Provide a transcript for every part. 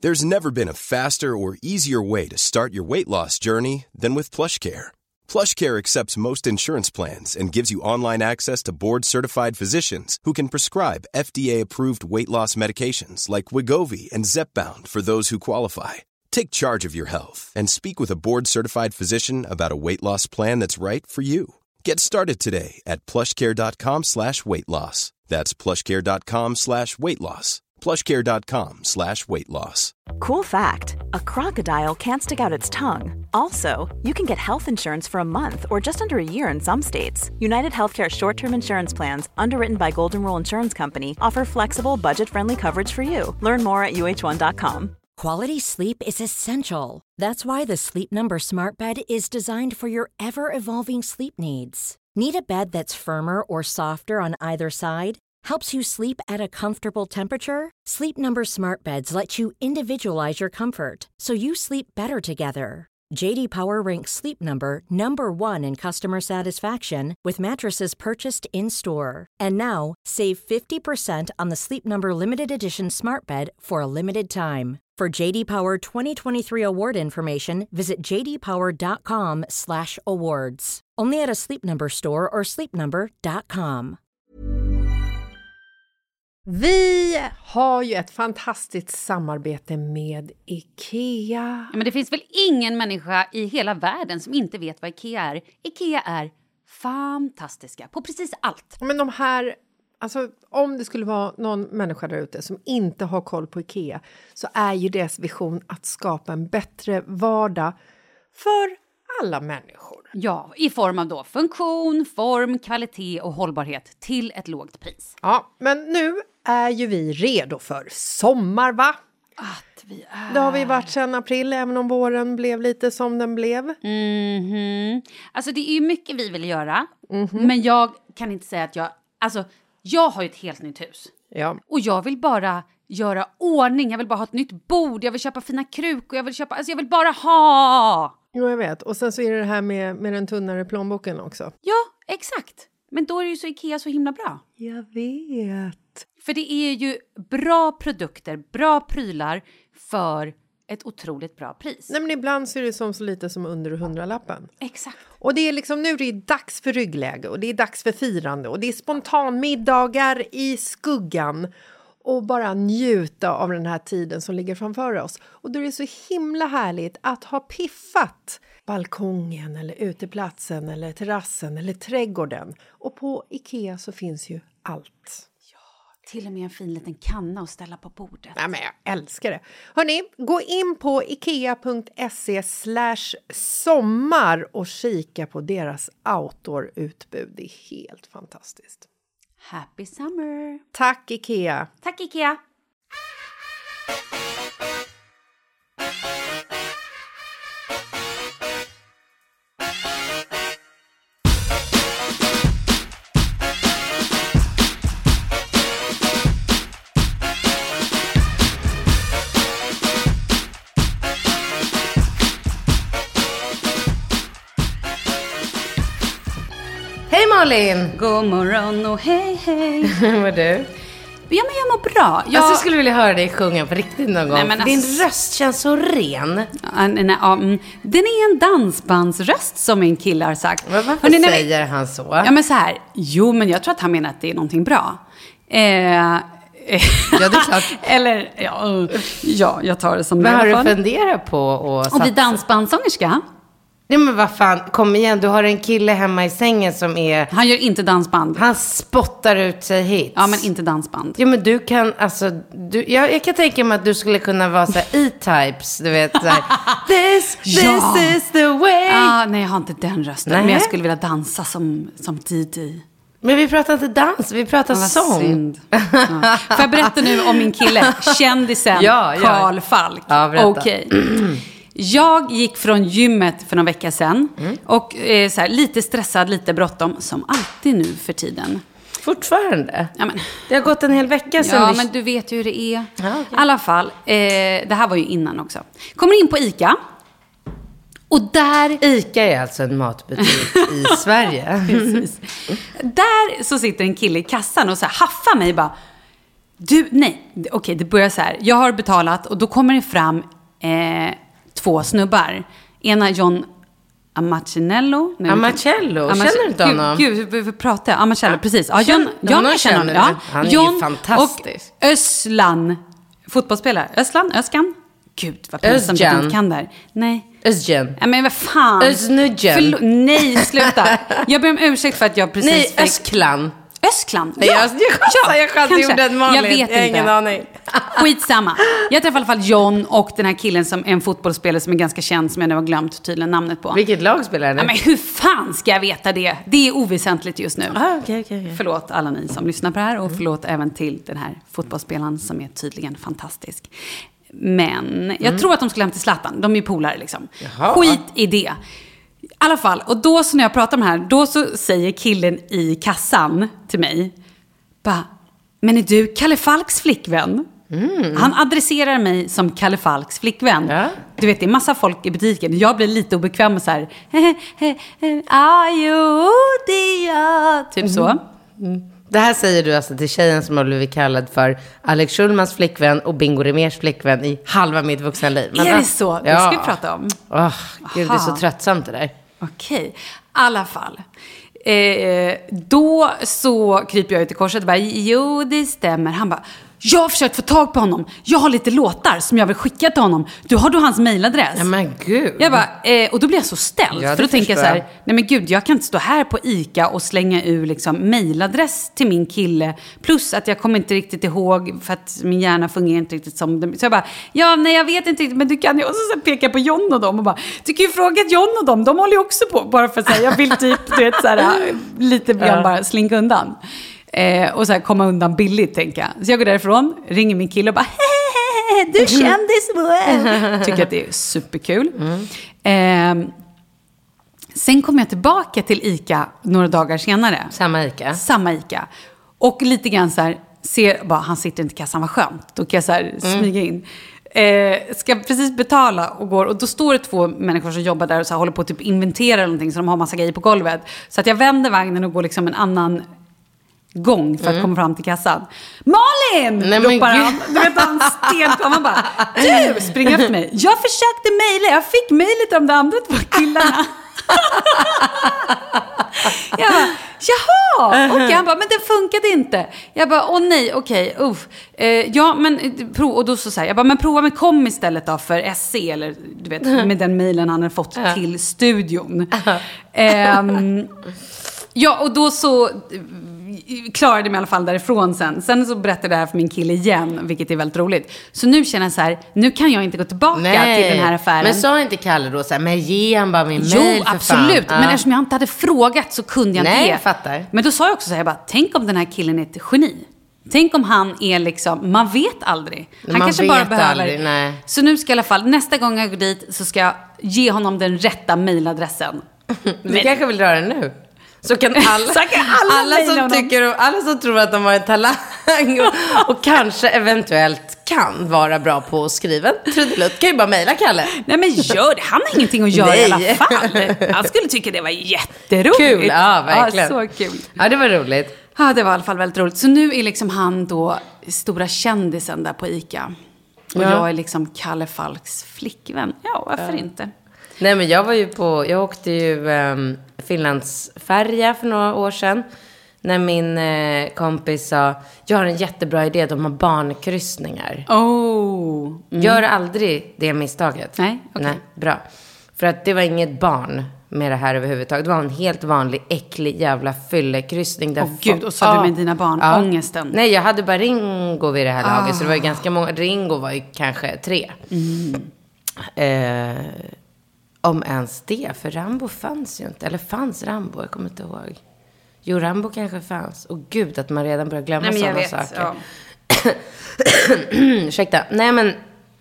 There's never been a faster or easier way to start your weight loss journey than with PlushCare. PlushCare accepts most insurance plans and gives you online access to board-certified physicians who can prescribe FDA-approved weight loss medications like Wegovy and Zepbound for those who qualify. Take charge of your health and speak with a board-certified physician about a weight loss plan that's right for you. Get started today at plushcare.com/weightloss. That's plushcare.com/weightloss. plushcare.com/weightloss. Cool fact, a crocodile can't stick out its tongue. Also, you can get health insurance for a month or just under a year in some states. United Healthcare short-term insurance plans, underwritten by Golden Rule Insurance Company, offer flexible, budget-friendly coverage for you. Learn more at uh1.com. Quality sleep is essential. That's why the Sleep Number Smart Bed is designed for your ever-evolving sleep needs. Need a bed that's firmer or softer on either side? Helps you sleep at a comfortable temperature? Sleep Number Smart Beds let you individualize your comfort, so you sleep better together. J.D. Power ranks Sleep Number #1 in customer satisfaction with mattresses purchased in-store. And now, save 50% on the Sleep Number Limited Edition Smart Bed for a limited time. For J.D. Power 2023 award information, visit jdpower.com/awards. Only at a Sleep Number store or sleepnumber.com. Vi har ju ett fantastiskt samarbete med IKEA. Men det finns väl ingen människa i hela världen som inte vet vad IKEA är. IKEA är fantastiska på precis allt. Men de här, alltså om det skulle vara någon människa där ute som inte har koll på IKEA, så är ju deras vision att skapa en bättre vardag för alla människor. Ja, i form av då funktion, form, kvalitet och hållbarhet till ett lågt pris. Ja, men nu är ju vi redo för sommar, va? Att vi är... Det har vi varit sedan april, även om våren blev lite som den blev. Alltså det är ju mycket vi vill göra. Men jag kan inte säga att jag har ju ett helt nytt hus. Ja. Och jag vill bara göra ordning. Jag vill bara ha ett nytt bord. Jag vill köpa fina krukor. Jag vill bara ha... Jo, jag vet. Och sen så är det här med den tunnare plånboken också. Ja, exakt. Men då är ju så IKEA så himla bra. Jag vet. För det är ju bra produkter, bra prylar för ett otroligt bra pris. Nej, men ibland så är det som så lite som under 100-lappen. Exakt. Och det är liksom, nu är det dags för ryggläge och det är dags för firande och det är spontanmiddagar i skuggan. Och bara njuta av den här tiden som ligger framför oss. Och då är det så himla härligt att ha piffat balkongen eller uteplatsen eller terrassen eller trädgården. Och på IKEA så finns ju allt. Ja, till och med en fin liten kanna att ställa på bordet. Ja, men jag älskar det. Hörrni, gå in på ikea.se/sommar och kika på deras outdoor-utbud. Det är helt fantastiskt. Happy summer! Tack IKEA! Tack IKEA! Hej Malin! God morgon och hej hej! Hur är du? Ja, men jag mår bra. Jag skulle vilja höra dig sjunga på riktigt någon gång. Nej, Din röst känns så ren. Den är en dansbandsröst som min kille har sagt. Men varför säger han så? Ja, men så här. Jo, men jag tror att han menar att det är någonting bra. Ja, det är klart. Eller, ja, jag tar det som det. Men har du funderat på att bli dansbandsångerska? Nej, men vad fan, kom igen. Du har en kille hemma i sängen som är... Han gör inte dansband. Han spottar ut sig hit. Ja, men inte dansband. Ja, men du kan, alltså... Jag kan tänka mig att du skulle kunna vara så här E-Types, du vet. Så här, this is the way. Nej, jag har inte den rösten. Men jag skulle vilja dansa som DJ. Men vi pratar inte dans, vi pratar sång. Synd. Ja. Får jag berätta nu om min kille, kändisen Carl Falk? Ja, berätta. Okej. Jag gick från gymmet för några veckor sedan. Och så här, lite stressad, lite bråttom. Som alltid nu för tiden. Fortfarande? Ja, men, det har gått en hel vecka sedan. Ja, men du vet ju hur det är. Ja, okay. I alla fall, det här var ju innan också. Kommer in på ICA. Och där... ICA är alltså en matbutik i Sverige. Precis. Där så sitter en kille i kassan och så här haffar mig bara... Okej, det börjar så här. Jag har betalat och då kommer det fram 2 snubbar. Ena John Amacello. Känner du inte honom? Gud, vi pratar. Amacello, precis. Ja, John känner honom. Ja. Han är ju fantastisk. Och Özcan, fotbollsspelare. Özcan? Gud, vad pinsamt att du inte kan där. Nej. Özcan. Ja, men vad fan. Öznudgen. Nej, sluta. Jag ber om ursäkt för att jag precis fick... Nej, Ösklan. Öskland? Ja. Jag chansade gjorde en Malin. Jag vet inte. Ingen aning. Skitsamma. Jag träffade i alla fall John och den här killen som är en fotbollsspelare som är ganska känd, som jag nu har glömt tydligen namnet på. Vilket lag spelar han? Ja, men hur fan ska jag veta det? Det är oväsentligt just nu. Okay. Förlåt alla ni som lyssnar på det här och förlåt även till den här fotbollsspelaren som är tydligen fantastisk. Men jag tror att de skulle hem till Zlatan. De är ju polare liksom. Jaha. Skit i det. I alla fall, och då så när jag pratar om det här, då så säger killen i kassan till mig, men är du Kalle Falks flickvän? Han adresserar mig som Kalle Falks flickvän. Ja. Du vet, det är massa folk i butiken. Jag blir lite obekväm och så här, typ så. Det här säger du alltså till tjejen som har blivit kallad för Alex Schulmans flickvän och Bingo Rimérs flickvän i halva mitt vuxna liv. Men är det så? Det ska vi prata om. Gud, det är så tröttsamt det där. Okej, i alla fall. Då så kryper jag ut i korset och bara, jo det stämmer. Han bara, jag har försökt få tag på honom. Jag har lite låtar som jag vill skicka till honom. Har du hans mailadress? Ja men gud. Jag bara, och då blir jag så ställd. För då tänker jag så här, nej men gud, jag kan inte stå här på ICA och slänga ur liksom mailadress till min kille. Plus att jag kommer inte riktigt ihåg för att min hjärna fungerar inte riktigt som det. Så jag bara, jag vet inte riktigt, men du kan ju. Och så pekar jag på John och dem och bara, du kan ju fråga John och dem. De håller ju också på. Bara för att säga, jag vill typ, du vet så här, lite bara slinka undan. Och så här komma undan billigt, tänker jag. Så jag går därifrån, ringer min kille och bara, du kändis. Tycker att det är superkul. Sen kom jag tillbaka till ICA några dagar senare. Samma ICA. Och lite grann så här, ser bara, han sitter inte i kassan, vad skönt. Då kan jag så här smyga in. Ska precis betala och går, och då står det 2 människor som jobbar där och så här, håller på att typ inventera någonting, så de har massa grejer på golvet. Så att jag vänder vagnen och går liksom en annan gång för att komma fram till kassan. Malin! Ropar han. Du vet, han stenkom. Han bara, du, spring efter mig. Jag försökte mejla. Jag fick mejlet om de andra 2 killarna. Jag bara, jaha. Okej, han bara, men det funkade inte. Jag bara, åh nej, okej. Ja, men och då så säger jag bara, men prova med kom istället då för SC, eller du vet, med den mejlen han hade fått till studion. Ja, och då så klarade mig i alla fall därifrån sen. Sen så berättade jag det här för min kille igen, vilket är väldigt roligt. Så nu känner jag så här, nu kan jag inte gå tillbaka till den här affären. Men sa inte Kalle då så här, men ge han bara min mail för absolut. Fan. Men eftersom jag inte hade frågat så kunde jag inte ge. Jag fattar. Men då sa jag också så här, bara, tänk om den här killen är ett geni. Tänk om han är liksom, man vet aldrig. Han kanske bara behöver. Aldrig, nej. Så nu ska jag i alla fall, nästa gång jag går dit så ska jag ge honom den rätta mailadressen. Du kanske vill röra det nu. Så kan alla som tror att de har en talang och kanske eventuellt kan vara bra på att skriva en trudelutt, kan ju bara mejla Kalle. Nej men gör det, han har ingenting att göra i alla fall. Han skulle tycka det var jätteroligt. Kul, ja verkligen. Ja, så kul. Ja, det var roligt. Ja, det var i alla fall väldigt roligt. Så nu är liksom han då stora kändisen där på ICA. Och jag är liksom Kalle Falks flickvän. Ja, varför inte? Nej, men jag åkte ju Finlandsfärja för några år sedan. När min kompis sa, jag har en jättebra idé, de har barnkryssningar. Gör aldrig det misstaget. Nej, okay. Nej, bra. För att det var inget barn med det här överhuvudtaget. Det var en helt vanlig, äcklig jävla fyllekryssning. Gud, och så du med dina barn, ångesten. Nej, jag hade bara Ringo vid det här laget. Så det var ju ganska många, Ringo var ju kanske 3. Om ens det, för Rambo fanns ju inte. Eller fanns Rambo, jag kommer inte ihåg. Jo, Rambo kanske fanns. Och gud, att man redan börjar glömma sådana saker. Ja. Ursäkta. Nej, men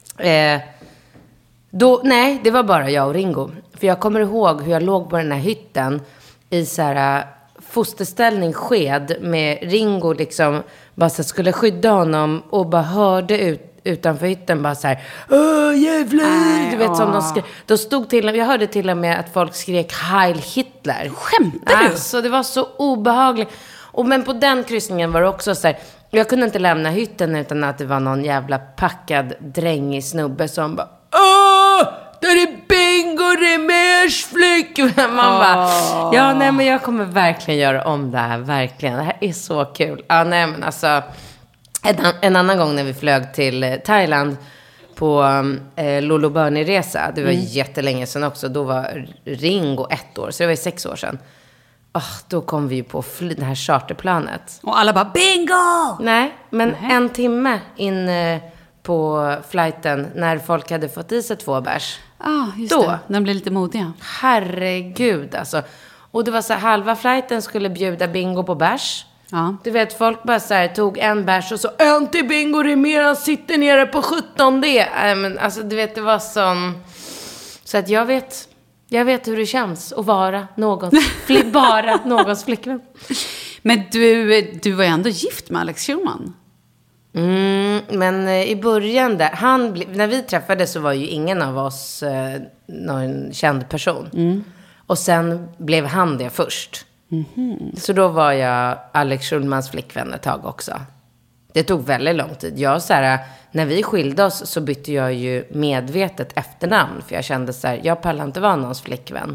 nej, det var bara jag och Ringo. För jag kommer ihåg hur jag låg på den här hytten i så här fosterställning sked med Ringo liksom bara så skulle skydda honom och bara hörde utanför hytten bara så här, jävlar, du vet som de skrek. Då stod jag hörde till och med att folk skrek Heil Hitler. Skämtar du? Alltså det var så obehagligt. Men på den kryssningen var det också så här, Jag kunde inte lämna hytten utan att det var någon jävla packad drängig snubbe som bara åh, där är Bingo Rimérs flickvän. Man bara, ja nej men jag kommer verkligen göra om det här, verkligen. Det här är så kul. Ja nej men alltså, en annan gång när vi flög till Thailand på Lolo Bernie-resa, det var jättelänge sedan också, då var Ringo 1 år, så det var 6 år sedan. Då kom vi ju på det här charterplanet. Och alla bara, bingo! Nej, men en timme in på flighten när folk hade fått i sig 2 bärs. Just då. Det. Den blev lite modiga. Herregud, alltså. Och det var så här, halva flighten skulle bjuda bingo på bärs. Ja. Du vet, folk bara så här, tog en bärs och så en till Bingo Rimér, han sitter nere på 17D. Men alltså, du vet, det var som... Så att jag vet hur det känns att vara bara någons flickvän. Men du var ju ändå gift med Alex Schulman. Men i början där, när vi träffades så var ju ingen av oss någon känd person. Och sen blev han det först. Så då var jag Alex Schulmans flickvän ett tag också. Det tog väldigt lång tid. När vi skilde oss så bytte jag ju medvetet efternamn. För jag kände så här, jag pallar inte vara någons flickvän.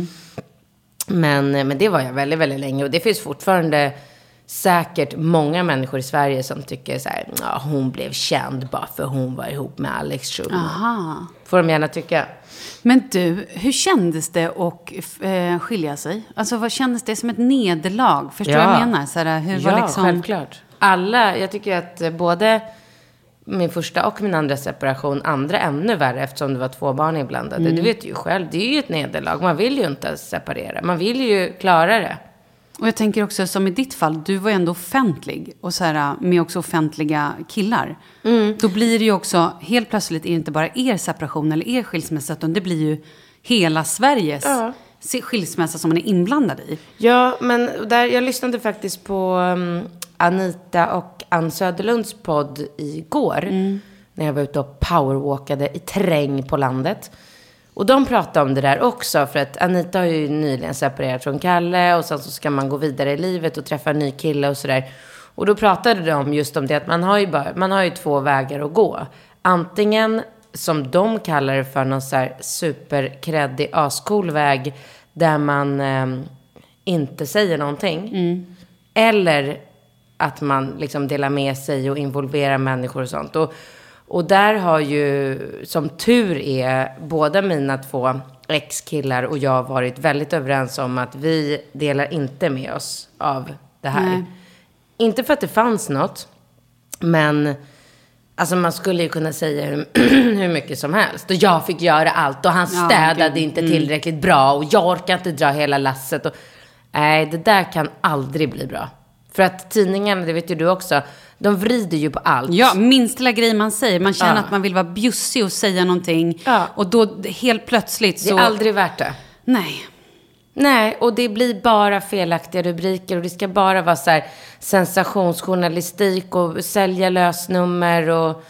Men det var jag väldigt, väldigt länge. Och det finns fortfarande säkert många människor i Sverige som tycker så här, ja, hon blev känd bara för hon var ihop med Alex Schulman. Aha. Får de gärna tycka. Men du, hur kändes det att skilja sig? Alltså vad kändes det som ett nederlag? Förstår du vad jag menar? Så här, hur var liksom... självklart. Jag tycker att både min första och min andra separation, andra ännu värre eftersom det var 2 barn inblandade. Du vet ju själv, det är ju ett nederlag. Man vill ju inte separera. Man vill ju klara det. Och jag tänker också, som i ditt fall, du var ju ändå offentlig. Och så här, med också offentliga killar. Då blir det ju också, helt plötsligt är det inte bara er separation eller er skilsmässa, utan det blir ju hela Sveriges skilsmässa som man är inblandad i. Ja, men jag lyssnade faktiskt på Anita och Ann Söderlunds podd igår. När jag var ute och powerwalkade i terräng på landet. Och de pratade om det där också, för att Anita har ju nyligen separerat från Kalle och sen så ska man gå vidare i livet och träffa en ny kille och sådär. Och då pratade de just om det att man har ju 2 vägar att gå. Antingen, som de kallar det för, någon så här superkreddig, ascool väg där man inte säger någonting. Eller att man liksom delar med sig och involverar människor och sånt. Och där har ju, som tur är, båda mina 2 ex-killar och jag varit väldigt överens om att vi delar inte med oss av det här. Nej. Inte för att det fanns något, men alltså man skulle ju kunna säga hur mycket som helst. Och jag fick göra allt och han städade inte tillräckligt bra och jag orkar inte dra hela lasset. Nej, det där kan aldrig bli bra. För att tidningarna, det vet ju du också, de vrider ju på allt. Ja, minst lilla grej man säger. Man känner att man vill vara bjussig och säga någonting. Ja. Och då helt plötsligt så... Det är aldrig värt det. Nej, och det blir bara felaktiga rubriker. Och det ska bara vara så här sensationsjournalistik och sälja lösnummer och...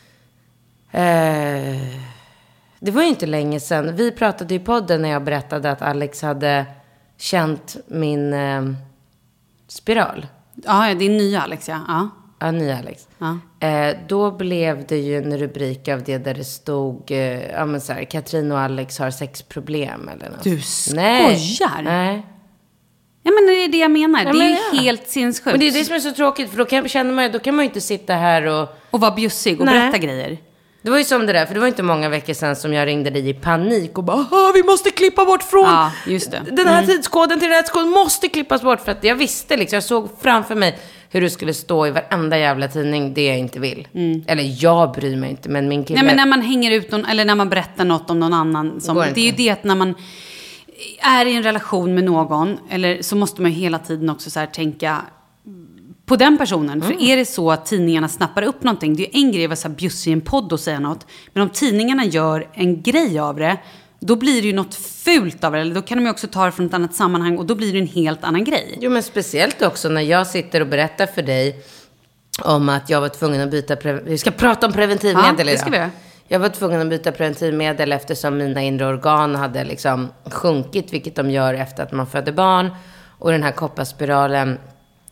Det var ju inte länge sedan. Vi pratade i podden när jag berättade att Alex hade känt min spiral. Ja, det är nya Alex, ja. Ja, nya Alex. Ja. Då blev det ju en rubrik av det där det stod så här, Katrin och Alex har sexproblem eller något. Du skojar? Nej. Ja, men det är det jag menar. Ja, det är helt sinnessjukt. Men det är det som är så tråkigt, för då kan man ju inte sitta här och vara bjussig och berätta grejer. Det var ju som det där, för det var inte många veckor sedan som jag ringde dig i panik och bara, vi måste klippa bort från just det. Den här tidskoden till den här tidskoden måste klippas bort, för att jag visste liksom, jag såg framför mig hur det skulle stå i varenda jävla tidning det jag inte vill. Eller jag bryr mig inte, men min kille... Nej, men när man hänger ut någon, eller när man berättar något om någon annan, som, det är ju det att när man är i en relation med någon, eller så måste man ju hela tiden också så här tänka på den personen. För är det så att tidningarna snappar upp någonting, det är ju en grej att vara så här bjussig i en podd och säga något. Men om tidningarna gör en grej av det, då blir det ju något fult av det. Eller då kan de ju också ta det från ett annat sammanhang och då blir det en helt annan grej. Jo, men speciellt också när jag sitter och berättar för dig om att jag var tvungen att byta... Vi ska prata om preventivmedel idag. Det ska vi göra. Jag var tvungen att byta preventivmedel eftersom mina inre organ hade liksom sjunkit, vilket de gör efter att man föder barn. Och den här kopparspiralen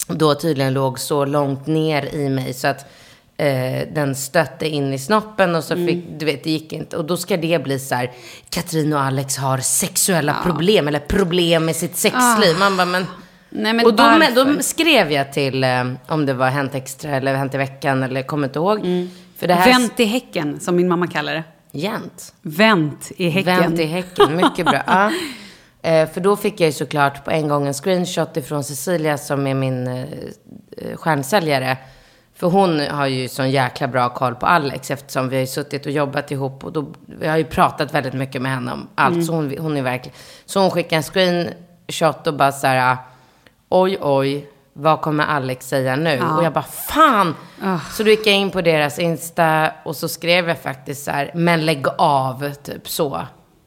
då tydligen låg så långt ner i mig så att den stötte in i snoppen och så fick, du vet, det gick inte. Och då ska det bli så här, Katrin och Alex har sexuella problem eller problem med sitt sexliv. Man bara, men... Nej, men och då skrev jag till, om det var Hänt Extra eller Hänt i veckan eller kommer inte ihåg. För det här... Vänt i häcken, som min mamma kallar det. Vänt i häcken. Vänt i häcken, mycket bra. Ja. För då fick jag ju såklart på en gång en screenshot ifrån Cecilia som är min stjärnsäljare. För hon har ju sån jäkla bra koll på Alex eftersom vi har ju suttit och jobbat ihop. Och då, vi har ju pratat väldigt mycket med henne om allt. Så hon är verkligen... Så hon skickade en screenshot och bara så här... Oj, vad kommer Alex säga nu? Ja. Och jag bara, fan! Så då gick jag in på deras Insta och så skrev jag faktiskt så här, men lägg av, typ så.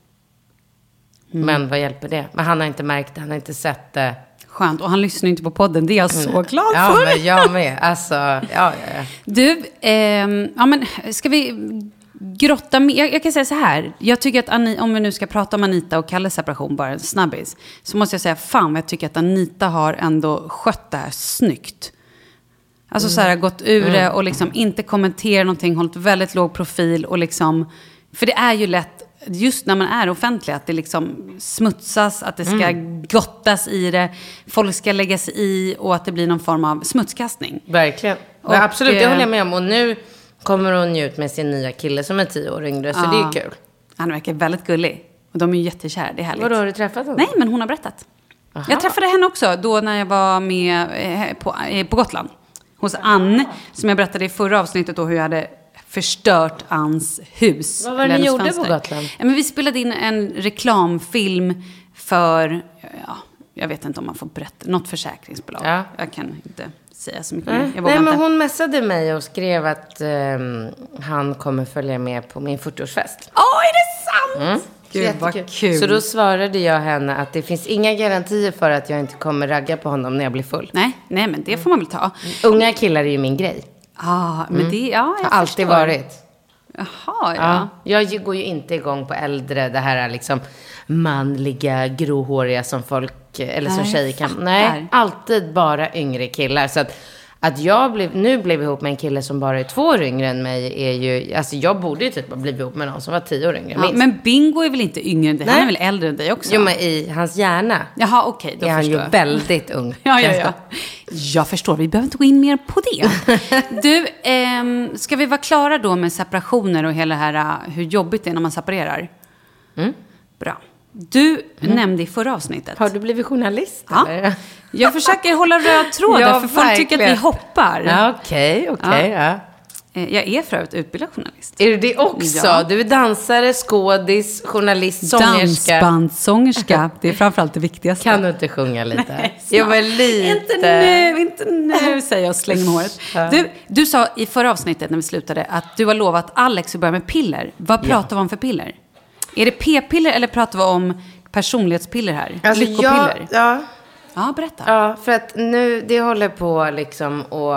Men vad hjälper det? Men han har inte märkt det, han har inte sett det. Skönt, och han lyssnar inte på podden, det är jag så glad för. Ja, men jag med, alltså, ja. Du, men ska vi grotta med, jag kan säga så här, jag tycker att om vi nu ska prata om Anita och Kalles separation, bara en snabbis, så måste jag säga, fan jag tycker att Anita har ändå skött det här snyggt. Alltså så här, gått ur det och liksom inte kommenterat någonting, hållit väldigt låg profil och liksom, för det är ju lätt, just när man är offentlig, att det liksom smutsas, att det ska gottas i det, folk ska lägga sig i och att det blir någon form av smutskastning. Verkligen. Och, absolut, det håller jag med om. Och nu kommer hon ut med sin nya kille som är 10 år yngre, så det är kul. Han verkar väldigt gullig. Och de är ju jättekära, det är härligt. Vadå, har du träffat honom? Nej, men hon har berättat. Aha. Jag träffade henne också då när jag var med på Gotland. Hos Ann, som jag berättade i förra avsnittet då, hur jag hade förstört Anns hus. Vad var det ni gjorde på Gotland? Ja, men vi spelade in en reklamfilm för, jag vet inte om man får berätta, något försäkringsbolag. Ja. Jag kan inte säga så mycket. Nej, men hon messade mig och skrev att han kommer följa med på min 40-årsfest. Är det sant? Gud, vad kul. Så då svarade jag henne att det finns inga garantier för att jag inte kommer ragga på honom när jag blir full. Nej, men det får man väl ta. Unga killar är ju min grej. Men det, jag har alltid varit. Jaha, ja. Jag går ju inte igång på äldre, det här är liksom manliga, gråhåriga som folk, eller som tjejer kan. Nej, alltid bara yngre killar. Så att jag blev ihop med en kille som bara är 2 år yngre än mig är ju, alltså jag borde ju typ ha blivit ihop med någon som var 10 år yngre. Men Bingo är väl inte yngre än dig? Han är väl äldre än dig också? Jo, men i hans hjärna. Jaha, okej, då är han ju väldigt ung. Ja. Jag förstår, vi behöver inte gå in mer på det. Du, ska vi vara klara då med separationer och hela det här, hur jobbigt det är när man separerar? Bra. Du nämnde i förra avsnittet. Har du blivit journalist? Ja. Eller? Jag försöker hålla röd tråd där, för folk tycker att vi hoppar. Ja, okej. Ja. Jag är för övrigt utbildad journalist. Är du det också? Ja. Du är dansare, skådis, journalist, sångerska. Dansbandssångerska. Det är framförallt det viktigaste. Kan du inte sjunga lite? Nej, jag var lite. Inte nu, säger jag och slänger med håret. Ja. Du sa i förra avsnittet när vi slutade att du har lovat Alex att börja med piller. Vad pratar vi om för piller? Är det p-piller eller pratar vi om personlighetspiller här? Alltså, lyckopiller? Ja, berätta. Ja, för att nu, det håller på liksom och...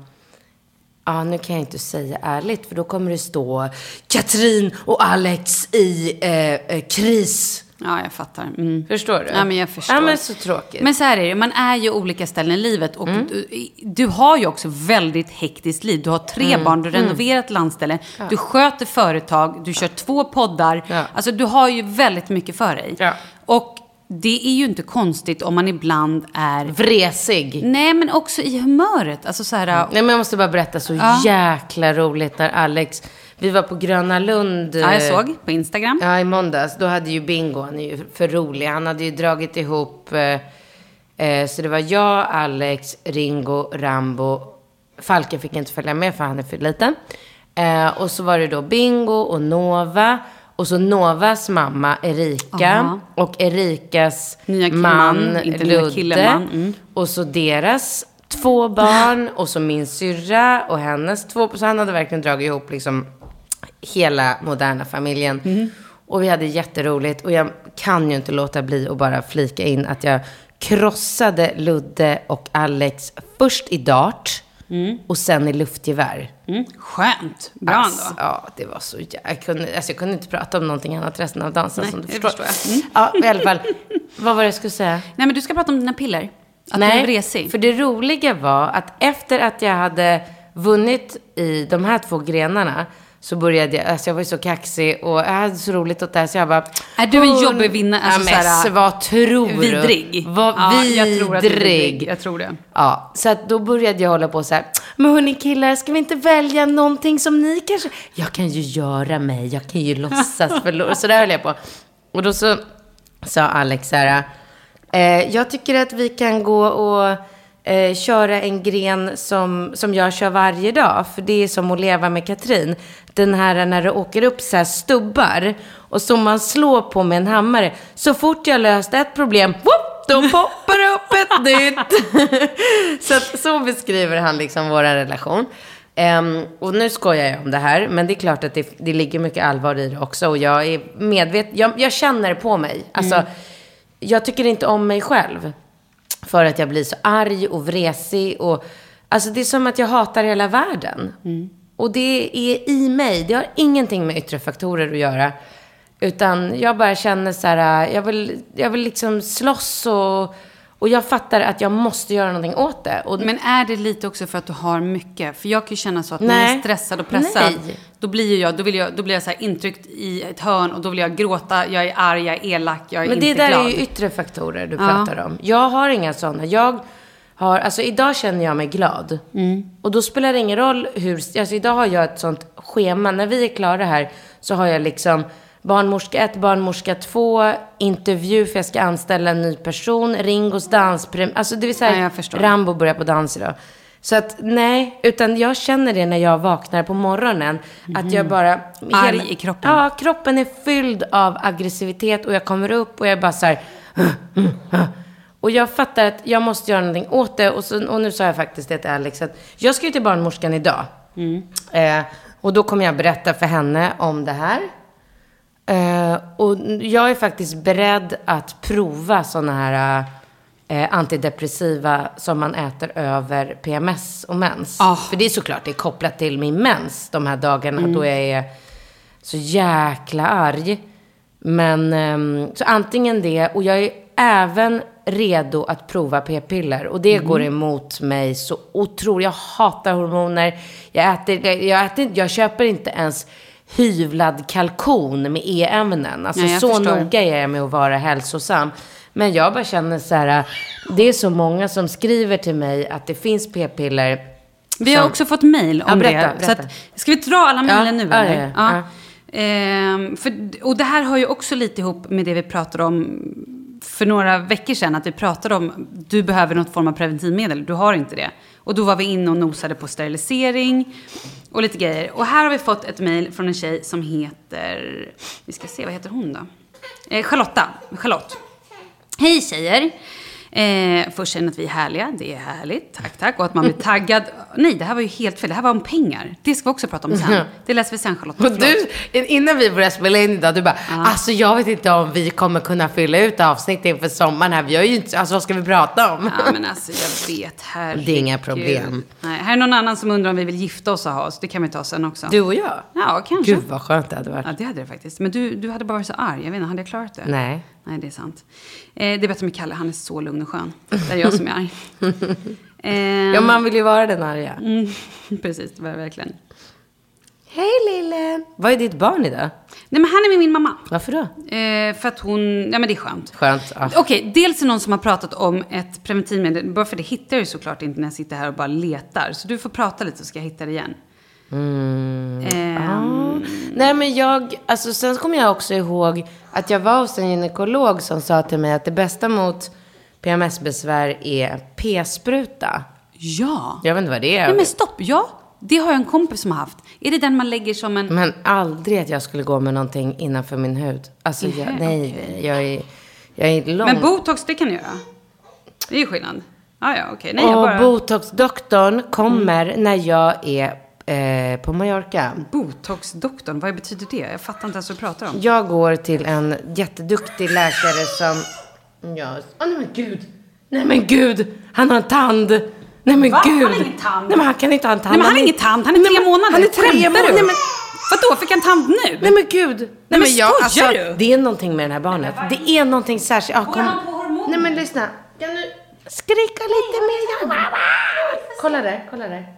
nu kan jag inte säga ärligt, för då kommer det stå Katrin och Alex i kris. Ja, jag fattar. Förstår du? Ja, men jag förstår. Ja, men så tråkigt. Men så här är det, man är ju olika ställen i livet. Och du har ju också väldigt hektiskt liv. Du har 3 barn, du har renoverat landställe. Ja. Du sköter företag, du kör 2 poddar. Ja. Alltså du har ju väldigt mycket för dig. Ja. Och det är ju inte konstigt om man ibland är... vresig. Nej, men också i humöret. Alltså så här... Nej, men jag måste bara berätta så jäkla roligt när Alex... Vi var på Gröna Lund. Ja, jag såg på Instagram. Ja, i måndags. Då hade ju Bingo, han är ju för rolig. Han hade ju dragit ihop... så det var jag, Alex, Ringo, Rambo. Falken fick inte följa med för han är för liten. Och så var det då Bingo och Nova. Och så Novas mamma Erika. Och Erikas man Ludde. Och så deras 2 barn. Och så min syrra och hennes 2. Så han hade verkligen dragit ihop liksom hela moderna familjen. Och vi hade jätteroligt. Och jag kan ju inte låta bli att bara flika in att jag krossade Ludde och Alex först i dart. Och sen i luftgevär. Skönt. Bra ändå. Ja, det var så... Jag kunde inte prata om någonting annat resten av dansen. Nej, som du förstår. Ja, i alla fall. Vad var det jag skulle säga? Nej, men du ska prata om dina piller. Att du blev vresig? För det roliga var att efter att jag hade vunnit i de här 2 grenarna så började jag, alltså jag var så kaxig och jag hade så roligt åt det här så jag bara... Är du en jobbig vinnare? Alltså såhär, vad tror du? Vidrig. Vidrig. Jag tror det. Ja, så att då började jag hålla på så här. Men hörni killar, ska vi inte välja någonting som ni kanske... Jag kan ju göra mig, jag kan ju låtsas förlora. Så där höll jag på. Och då så sa Alex så här... jag tycker att vi kan gå och... köra en gren som jag kör varje dag. För det är som att leva med Katrin. Den här när det åker upp så här stubbar. Och som man slår på med en hammare. Så fort jag löste ett problem, då poppar det upp ett nytt. så beskriver han liksom vår relation. Och nu skojar jag om det här. Men det är klart att det ligger mycket allvar i det också. Och jag är medveten. Jag känner på mig. Alltså, jag tycker inte om mig själv. För att jag blir så arg och vresig. Och, alltså det är som att jag hatar hela världen. Och det är i mig. Det har ingenting med yttre faktorer att göra. Utan jag bara känner så här. Jag vill liksom slåss. Och jag fattar att jag måste göra någonting åt det. Men är det lite också för att du har mycket? För jag kan ju känna så att när jag är stressad och pressad. Då blir jag så här intryckt i ett hörn. Och då vill jag gråta. Jag är arg, jag är elak, jag är inte glad. Men det där är ju yttre faktorer du pratar om. Jag har inga sådana. Alltså idag känner jag mig glad. Och då spelar det ingen roll hur... Alltså idag har jag ett sånt schema. När vi är klara här så har jag liksom... Barnmorska 1, barnmorska 2, intervju för jag ska anställa en ny person, Ringos dansprem. Alltså det vill säga, Rambo börjar på dans idag. Så att nej, utan jag känner det när jag vaknar på morgonen. Att jag bara... Arg i kroppen. Ja, kroppen är fylld av aggressivitet och jag kommer upp och jag är bara så här... Och jag fattar att jag måste göra någonting åt det. Och nu sa jag faktiskt det till Alex att jag ska ju till barnmorskan idag. Och då kommer jag berätta för henne om det här. Och jag är faktiskt beredd att prova såna här antidepressiva som man äter över PMS och mens. För det är såklart det är kopplat till min mens de här dagarna då jag är så jäkla arg. Men så antingen det, och jag är även redo att prova p-piller. Och det går emot mig så otroligt. Jag hatar hormoner. Jag köper inte ens hyvlad kalkon med e-ämnen. Alltså så noga är jag med att vara hälsosam. Men jag bara känner så här, det är så många som skriver till mig att det finns p-piller. Vi har också fått mejl om det. Så att, ska vi dra alla mejlen nu? Eller? Ja. Och det här hör ju också lite ihop med det vi pratade om för några veckor sedan. Att vi pratade om, du behöver något form av preventivmedel. Du har inte det. Och då var vi inne och nosade på sterilisering och lite grejer. Och här har vi fått ett mejl från en tjej som heter... Vi ska se, vad heter hon då? Charlotte. Hej tjejer. Först känner att vi är härliga. Det är härligt. Tack. Och att man blir taggad. Nej, det här var ju helt fel. Det här var om pengar. Det ska vi också prata om sen. Det läser vi sen, Charlotte. Och du, innan vi började spela in idag, du bara, alltså jag vet inte om vi kommer kunna fylla ut avsnitt inför sommaren här. Vi har ju inte, alltså vad ska vi prata om? Ja, men alltså jag vet, herregud. Det är inga problem. Nej, här är någon annan som undrar om vi vill gifta oss och ha oss. Det kan vi ta sen också. Du och jag? Ja, kanske. Gud vad skönt det hade varit. Ja, det hade det faktiskt. Men du hade bara varit så arg. Jag vet inte, hade jag klarat det? Nej, det är sant. Det är bättre med Kalle, han är så lugn och skön. Det är jag som är arg. Ja, man vill ju vara den arga. Precis, det var det verkligen. Hej lille. Vad är ditt barn idag? Nej, men han är med min mamma. Varför då? För att hon... Ja, men det är skönt. Ja. Okej, dels är någon som har pratat om ett preventivmedel. Bara för det hittar jag ju såklart inte när jag sitter här och bara letar. Så du får prata lite så ska jag hitta det igen. Nej, men alltså sen kommer jag också ihåg att jag var hos en gynekolog som sa till mig att det bästa mot PMS-besvär är p-spruta. Ja. Jag vet inte vad det är. Nej, men stopp. Ja, det har jag en kompis som har haft. Är det den man lägger som en... Men aldrig att jag skulle gå med någonting innanför min hud. Alltså, jag är lång. Men botox, det kan du göra. Det är ju skillnad. Ja, okej. Nej, och botox-doktorn kommer när jag är på Mallorca. Botox-doktorn, vad betyder det? Jag fattar inte ens vad du pratar om. Jag går till en jätteduktig läkare som... Nej men gud! Han har en tand! Nej men gud! Han har ingen tand? Nej men han kan inte ha en tand. Nej men han har ingen tand, han är 3 månader. Han är 3 månader. Nej, men... Vadå, fick han tand nu? Nej men gud! Nej men skojar du? Det är någonting med det här barnet. Det är någonting särskilt. Går han på hormoner? Nej men lyssna. Skrika lite mer. Kolla där.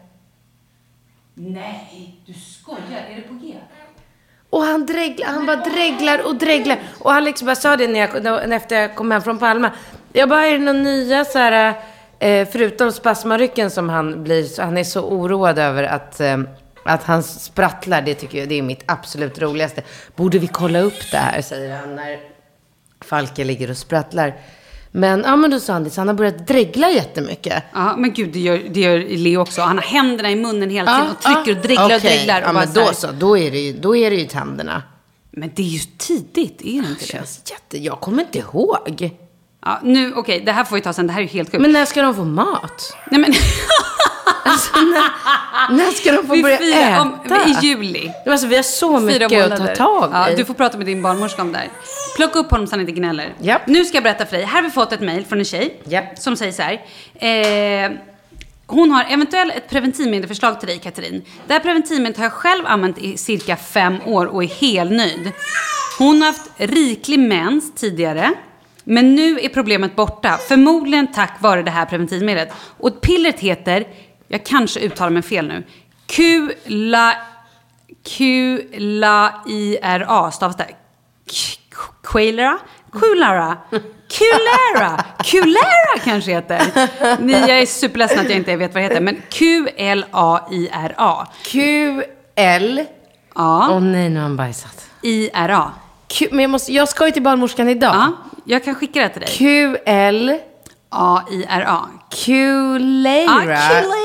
Nej, du skojar. Är det på G? Och han bara dreglar. Och han liksom bara sa det efter jag kom hem från Palma. Jag bara, är det några nya så här, förutom spasmarycken som han blir, så han är så oroad över att han sprattlar. Det tycker jag, det är mitt absolut roligaste. Borde vi kolla upp det här, säger han när Falke ligger och sprattlar. Men då sa han det, så han har börjat dregla jättemycket. Ja, men gud, det gör Leo också. Han har händerna i munnen hela tiden och trycker och dreglar och dreglar. Ja, men då är det ju tänderna. Men det är ju tidigt, är det inte det? Jag kommer inte ihåg. Ja, nu, okej, det här får vi ta sen. Det här är ju helt sjukt. Men när ska de få mat? Nej, men... Alltså, när ska de få börja äta? I juli. Alltså, vi har så mycket att ta tag i. Du får prata med din barnmorska om det här. Plocka upp honom så han inte gnäller. Yep. Nu ska jag berätta för dig. Här har vi fått ett mejl från en tjej som säger så här. Hon har eventuellt ett preventivmedelsförslag till dig, Katrin. Det här preventivmedlet har jag själv använt i cirka 5 år och är helt nöjd. Hon har haft riklig mens tidigare. Men nu är problemet borta. Förmodligen tack vare det här preventivmedlet. Och pillret heter, jag kanske uttalar mig fel nu, Q-la-I-R-A stavas det. Kulera kanske heter. Jag är superledsen att jag inte vet vad det heter. Men Q-L-A-I-R-A. Q-L. Ja. Åh nej, nu har han bajsat. I-R-A. Men jag ska ju till barnmorskan idag. Ja, jag kan skicka det till dig. Q-L. A-I-R-A. Kulera.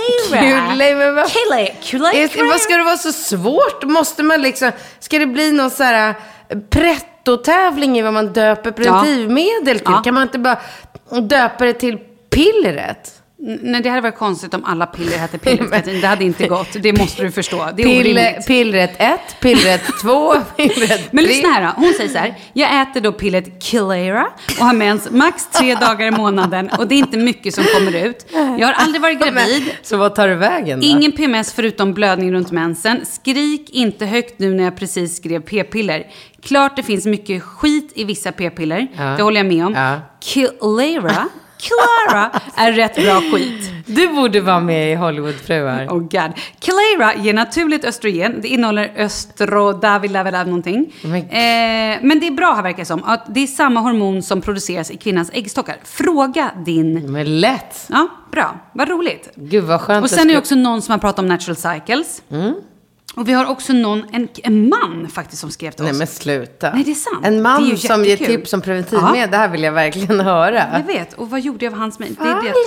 Vad ska det vara så svårt? Måste man liksom... Ska det bli någon så här pretto-tävling i vad man döper preventivmedel till? Kan man inte bara döpa det till pillret? Nej, det hade varit konstigt om alla piller hette pillret, Katrin. Det hade inte gått. Det måste du förstå. Det är orimligt. Pillret 1, pillret 2, pillret 3. Men lyssna här då. Hon säger så här. Jag äter då pillret Kulera och har mens max 3 dagar i månaden. Och det är inte mycket som kommer ut. Jag har aldrig varit gravid. Så vad tar du vägen då? Ingen PMS förutom blödning runt mensen. Skrik inte högt nu när jag precis skrev p-piller. Klart det finns mycket skit i vissa p-piller. Det håller jag med om. Kulera är rätt bra skit. Du borde vara med i Hollywoodfruar. Oh god. Kulera ger naturligt östrogen. Det innehåller östrodavilavilav någonting. Men det är bra här verkar det som. Att det är samma hormon som produceras i kvinnans äggstockar. Fråga din... Men lätt. Ja, bra. Vad roligt. Gud vad skönt. Och sen är det också någon som har pratat om natural cycles. Och vi har också en man faktiskt som skrev till oss. Nej men sluta. Nej, det är sant. En man som ger tips om preventivmedel. Det här vill jag verkligen höra. Jag vet. Och vad gjorde jag av hans mejl?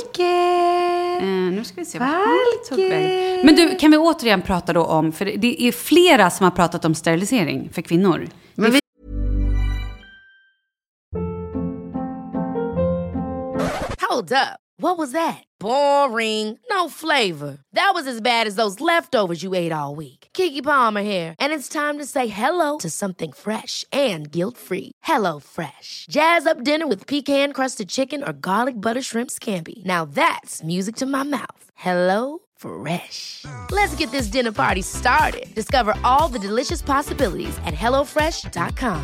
Nu ska vi se vad han tog väg. Men du, kan vi återigen prata då om... För det är flera som har pratat om sterilisering för kvinnor. Men Hold up. What was that? Boring. No flavor. That was as bad as those leftovers you ate all week. Keke Palmer here. And it's time to say hello to something fresh and guilt-free. Hello Fresh. Jazz up dinner with pecan-crusted chicken or garlic butter shrimp scampi. Now that's music to my mouth. Hello Fresh. Let's get this dinner party started. Discover all the delicious possibilities at hellofresh.com.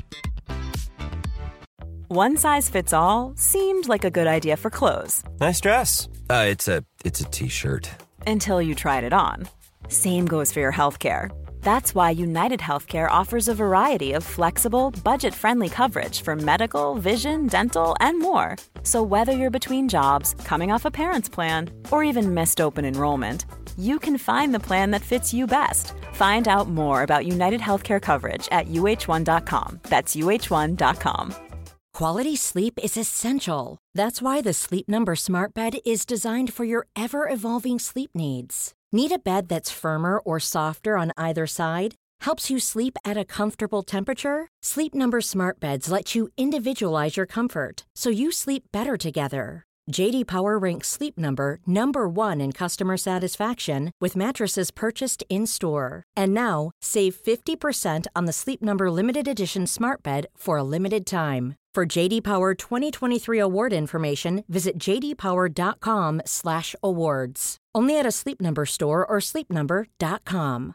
One size fits all seemed like a good idea for clothes. Nice dress. It's a t-shirt. Until you tried it on. Same goes for your healthcare. That's why United Healthcare offers a variety of flexible, budget-friendly coverage for medical, vision, dental, and more. So whether you're between jobs, coming off a parent's plan, or even missed open enrollment, you can find the plan that fits you best. Find out more about United Healthcare coverage at uh1.com. That's uh1.com. Quality sleep is essential. That's why the Sleep Number Smart Bed is designed for your ever-evolving sleep needs. Need a bed that's firmer or softer on either side? Helps you sleep at a comfortable temperature? Sleep Number Smart Beds let you individualize your comfort, so you sleep better together. J.D. Power ranks Sleep Number #1 in customer satisfaction with mattresses purchased in-store. And now, save 50% on the Sleep Number Limited Edition Smart Bed for a limited time. For JD Power 2023 award information, visit jdpower.com/awards. Only at a Sleep Number store or sleepnumber.com.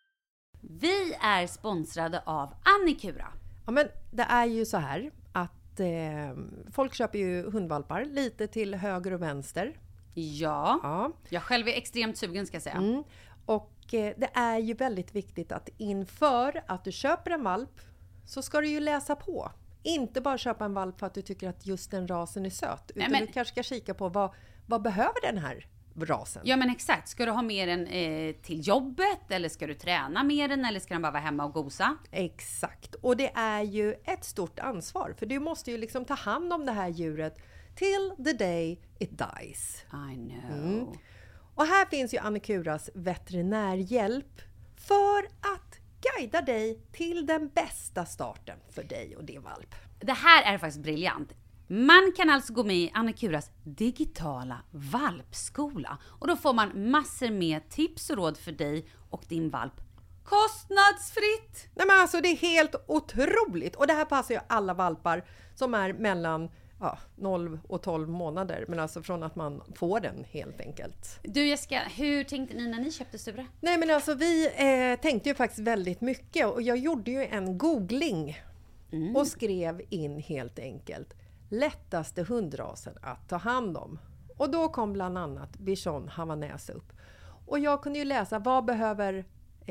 Vi är sponsrade av Annikura. Ja, men det är ju så här att att folk köper ju hundvalpar lite till höger och vänster. Ja. Jag själv är extremt sugen ska jag säga. Och det är ju väldigt viktigt att inför att du köper en valp så ska du ju läsa på. Inte bara köpa en valp för att du tycker att just den rasen är söt. Utan du kanske ska kika på vad behöver den här rasen? Ja men exakt. Ska du ha med den till jobbet? Eller ska du träna med den? Eller ska den bara vara hemma och gosa? Exakt. Och det är ju ett stort ansvar. För du måste ju liksom ta hand om det här djuret till the day it dies. I know. Och här finns ju Annikuras veterinärhjälp för att guida dig till den bästa starten för dig och din valp. Det här är faktiskt briljant. Man kan alltså gå med i Annikuras digitala valpskola. Och då får man massor med tips och råd för dig och din valp. Kostnadsfritt! Nej men alltså det är helt otroligt. Och det här passar ju alla valpar som är mellan 0 och 12 månader. Men alltså från att man får den helt enkelt. Du Jessica, hur tänkte ni när ni köpte Sture? Nej men alltså vi tänkte ju faktiskt väldigt mycket. Och jag gjorde ju en googling. Och skrev in helt enkelt lättaste hundrasen att ta hand om. Och då kom bland annat Bichon Havanäs upp. Och jag kunde ju läsa vad behöver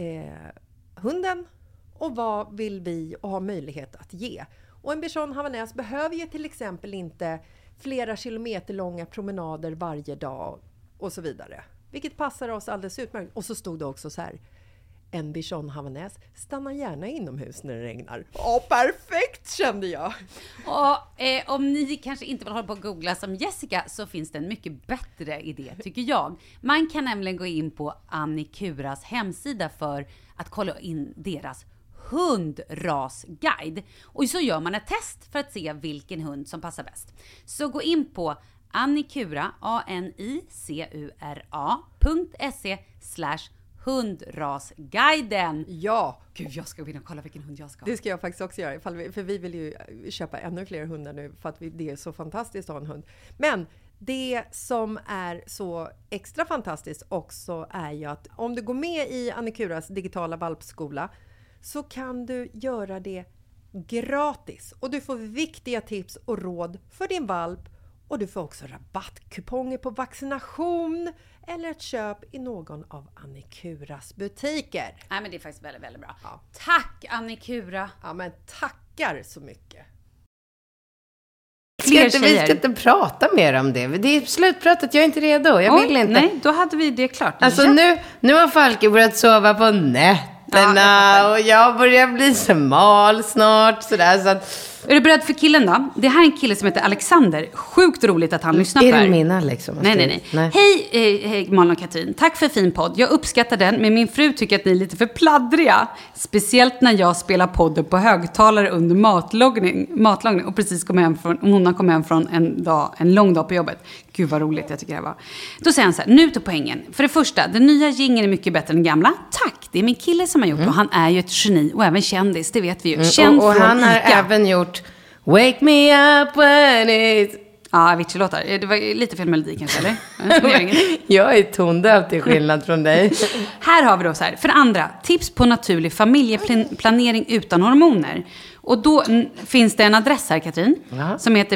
hunden och vad vill vi och ha möjlighet att ge. Och en Bichon Havanäs behöver ju till exempel inte flera kilometer långa promenader varje dag och så vidare. Vilket passar oss alldeles utmärkt. Och så stod det också så här. En Bichon Havanäs stannar gärna inomhus när det regnar. Perfekt kände jag! Och om ni kanske inte vill hålla på att googla som Jessica så finns det en mycket bättre idé tycker jag. Man kan nämligen gå in på Annikuras hemsida för att kolla in deras hundrasguide. Och så gör man ett test för att se vilken hund som passar bäst. Så gå in på Annikura, anicura.se/hundrasguiden. Ja. Gud, jag ska gå in och kolla vilken hund jag ska ha. Det ska jag faktiskt också göra. För vi vill ju köpa ännu fler hundar nu. För att det är så fantastiskt att ha en hund. Men det som är så extra fantastiskt också är ju att om du går med i Annikuras digitala valpskola så kan du göra det gratis. Och du får viktiga tips och råd för din valp. Och du får också rabattkuponger på vaccination eller ett köp i någon av Annikuras butiker. Nej men det är faktiskt väldigt, väldigt bra. Ja. Tack Annikura! Ja men tackar så mycket. Vi ska inte prata mer om det. Det är slutpratat, jag är inte redo. Jag vill inte. Nej, då hade vi det klart. Alltså nu har Falke börjat sova på nätterna och jag börjar bli smal snart. Sådär, så att... Är du beredd för killen då? Det här är en kille som heter Alexander. Sjukt roligt att han lyssnar på det. Är det min Alex? Nej. Hej Malin och Katrin. Tack för fin podd. Jag uppskattar den, men min fru tycker att ni är lite för pladdriga. Speciellt när jag spelar podden på högtalare under matlagning och precis hon har kommit hem från en lång dag på jobbet. Gud vad roligt jag tycker det var. Då säger han så här, nu till poängen. För det första, den nya jingeln är mycket bättre än den gamla. Tack, det är min kille som har gjort och han är ju ett geni och även kändis, det vet vi ju. Känd och från han har Ica. även gjort Wake me up when it's... Ja, Avicii-låtar. Det var lite fel melodi kanske, eller? Jag är tondöv till skillnad från dig. Här har vi då så här. För det andra, tips på naturlig familjeplanering utan hormoner. Och då finns det en adress här, Katrin, som heter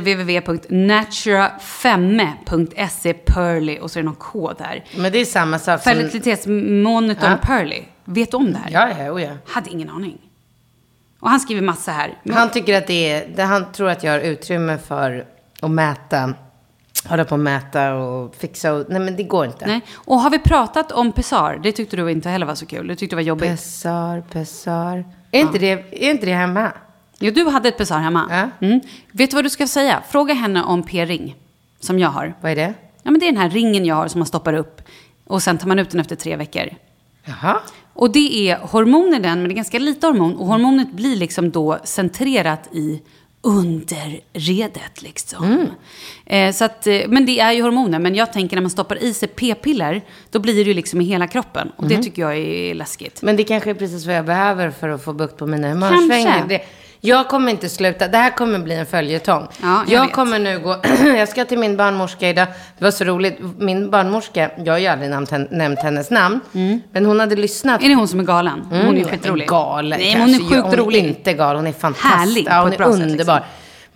www.naturafemme.se Pearly och så är det någon kod här. Men det är samma sak som... Fertilitetsmonitorn Pearly. Vet du om det här? Ja. Hade ingen aning. Och han skriver massa här. Han tycker att han tror att jag har utrymme för att mäta. Hålla på att mäta och fixa. Nej, men det går inte. Nej. Och har vi pratat om pessar? Det tyckte du inte heller var så kul. Du tyckte det var jobbigt. Pessar. Är inte det hemma? Jo, du hade ett pessar hemma. Ja. Vet du vad du ska säga? Fråga henne om p-ring. Som jag har. Vad är det? Ja, men det är den här ringen jag har som man stoppar upp. Och sen tar man ut den efter 3 veckor. Jaha. Och det är hormoner men det är ganska lite hormon. Och hormonet blir liksom då centrerat i underredet liksom. Så att, men det är ju hormoner. Men jag tänker när man stoppar i sig p-piller, då blir det ju liksom i hela kroppen. Och det tycker jag är läskigt. Men det kanske är precis vad jag behöver för att få bukt på mina humörsvängningar. Jag kommer inte sluta. Det här kommer bli en följetong. Ja, jag kommer nu gå... jag ska till min barnmorska idag. Det var så roligt. Min barnmorska, jag har ju aldrig nämnt hennes namn. Men hon hade lyssnat. Är det hon som är galen? Hon är skitrolig. Galen. Nej, hon är sjukt rolig. Hon är inte galen. Hon är fantastisk. Härlig. Ja, hon är underbar. Liksom.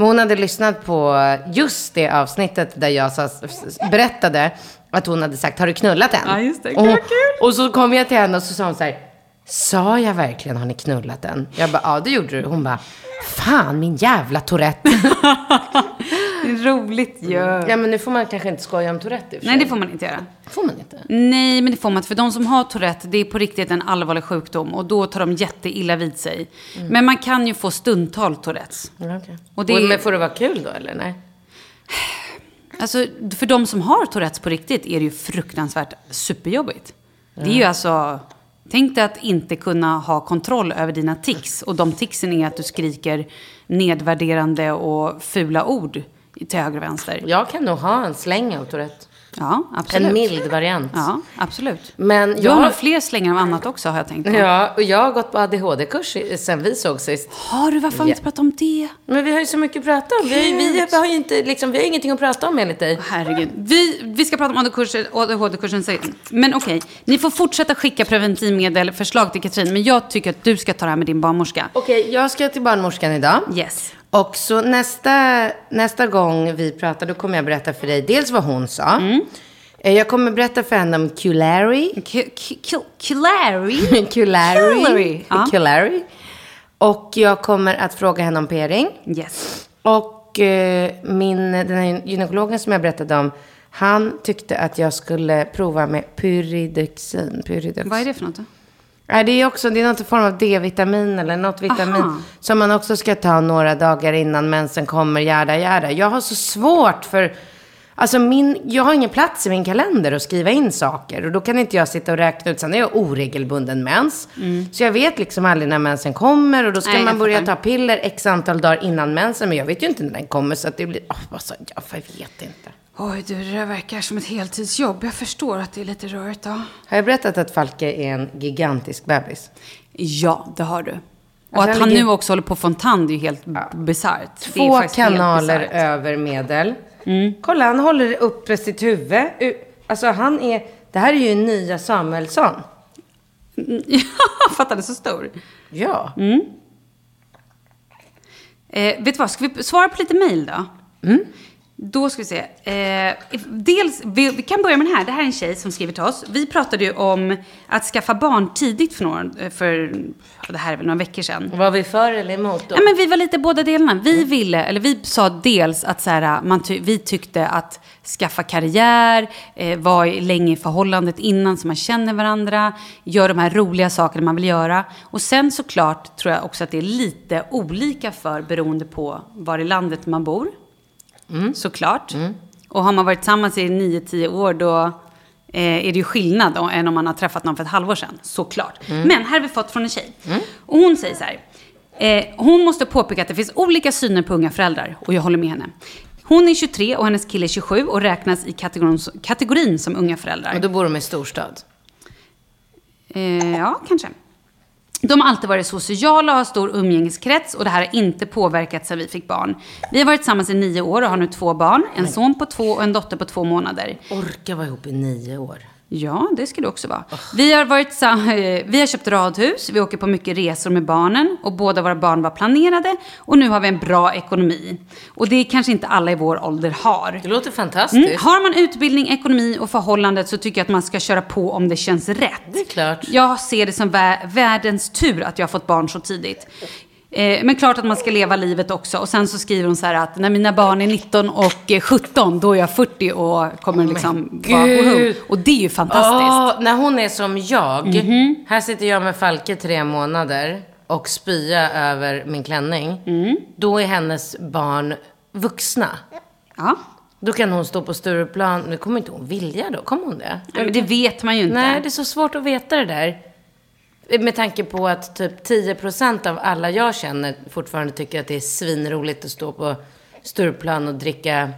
Men hon hade lyssnat på just det avsnittet där jag berättade att hon hade sagt, har du knullat än? Ja, just det. Kul. Och så kom jag till henne och så sa hon så här, sa jag verkligen, har ni knullat än? Jag bara, ja det gjorde du. Hon bara, fan min jävla Tourette. Det är roligt ju. Ja, men nu får man kanske inte skoja om Tourette. Nej, det får man inte göra. Får man inte? Nej, men det får man inte. För de som har Tourette, det är på riktigt en allvarlig sjukdom. Och då tar de jätteilla vid sig. Men man kan ju få stundtal Tourettes. Ja, okay. Och det men får det vara kul då, eller nej? Alltså, för de som har Tourettes på riktigt är det ju fruktansvärt superjobbigt. Det är ju alltså... Tänk dig att inte kunna ha kontroll över dina tics. Och de ticsen är att du skriker nedvärderande och fula ord till höger och vänster. Jag kan nog ha en släng av Tourette. Ja, absolut. En mild variant. Ja, absolut. Men du har nog fler slängar av annat också, har jag tänkt på. Ja, och jag har gått på ADHD-kurs sen vi såg sist. Har du? Varför har vi inte pratat om det? Men vi har ju så mycket att prata om. Vi har ju inte, liksom, vi har ingenting att prata om enligt dig. Herregud. Vi ska prata om ADHD-kursen sen. Men okej, ni får fortsätta skicka preventivmedel, förslag till Katrin. Men jag tycker att du ska ta det här med din barnmorska. Okej, jag ska till barnmorskan idag. Yes. Och så nästa gång vi pratar, då kommer jag berätta för dig dels vad hon sa. Jag kommer berätta för henne om Culari. Culari. Och jag kommer att fråga henne om p-ring. Yes. Och den här gynekologen som jag berättade om, han tyckte att jag skulle prova med pyridoxin. Vad är det för något då? Nej, det är något form av D-vitamin eller något vitamin som man också ska ta några dagar innan mensen kommer, jära. Jag har så svårt för... Alltså jag har ingen plats i min kalender att skriva in saker. Och då kan inte jag sitta och räkna ut. Sen är jag oregelbunden mens. Så jag vet liksom aldrig när mensen kommer. Och då ska man börja ta piller x antal dagar innan mensen. Men jag vet ju inte när den kommer. Så att det blir... jag vet inte. Oj du, det verkar som ett heltidsjobb. Jag förstår att det är lite rörigt då. Har jag berättat att Falke är en gigantisk bebis? Ja, det har du. Och att han nu också håller på fontand är ju helt bisarrt. 2 kanaler över medel. Kolla, han håller uppe sitt huvud. Alltså det här är ju en nya Samuelsson. Fattar det så stor. Ja. Vet du vad, ska vi svara på lite mejl då? Då ska vi se. Dels, vi kan börja med den här. Det här är en tjej som skriver till oss. Vi pratade ju om att skaffa barn tidigt för det här är väl några veckor sedan. Var vi för eller emot då? Ja, men vi var lite båda delarna. Vi sa dels att så här, vi tyckte att skaffa karriär, vara länge i förhållandet innan så man känner varandra, gör de här roliga sakerna man vill göra. Och sen såklart tror jag också att det är lite olika beroende på var i landet man bor. Såklart. Och har man varit tillsammans i 9-10 år då är det ju skillnad än om man har träffat någon för ett halvår sedan. Såklart. Men här har vi fått från en tjej. Och hon säger så här. Hon måste påpeka att det finns olika syner på unga föräldrar. Och jag håller med henne. Hon är 23 och hennes kille är 27 och räknas i kategorin som unga föräldrar. Och då bor de i storstad? Ja, kanske. De har alltid varit sociala och har stor umgängeskrets och det här har inte påverkat sedan vi fick barn. Vi har varit tillsammans i 9 år och har nu 2 barn. En son på 2 och en dotter på 2 månader. Orka vara ihop i 9 år. Ja, det skulle det också vara. Vi har köpt radhus, vi åker på mycket resor med barnen och båda våra barn var planerade och nu har vi en bra ekonomi. Och det är kanske inte alla i vår ålder har. Det låter fantastiskt. Har man utbildning, ekonomi och förhållandet så tycker jag att man ska köra på om det känns rätt. Det är klart. Jag ser det som världens tur att jag har fått barn så tidigt. Men klart att man ska leva livet också. Och sen så skriver hon så här att när mina barn är 19 och 17 då är jag 40 och kommer liksom vara. Och det är ju fantastiskt. När hon är som jag. Här sitter jag med Falke 3 månader och spya över min klänning. Då är hennes barn vuxna. Ja. Då kan hon stå på Stureplan. Nu kommer inte hon vilja då. Kommer hon det? Nej, men det vet man ju inte. Nej, det är så svårt att veta det där. Med tanke på att typ 10% av alla jag känner fortfarande tycker att det är svinroligt att stå på Stureplan och dricka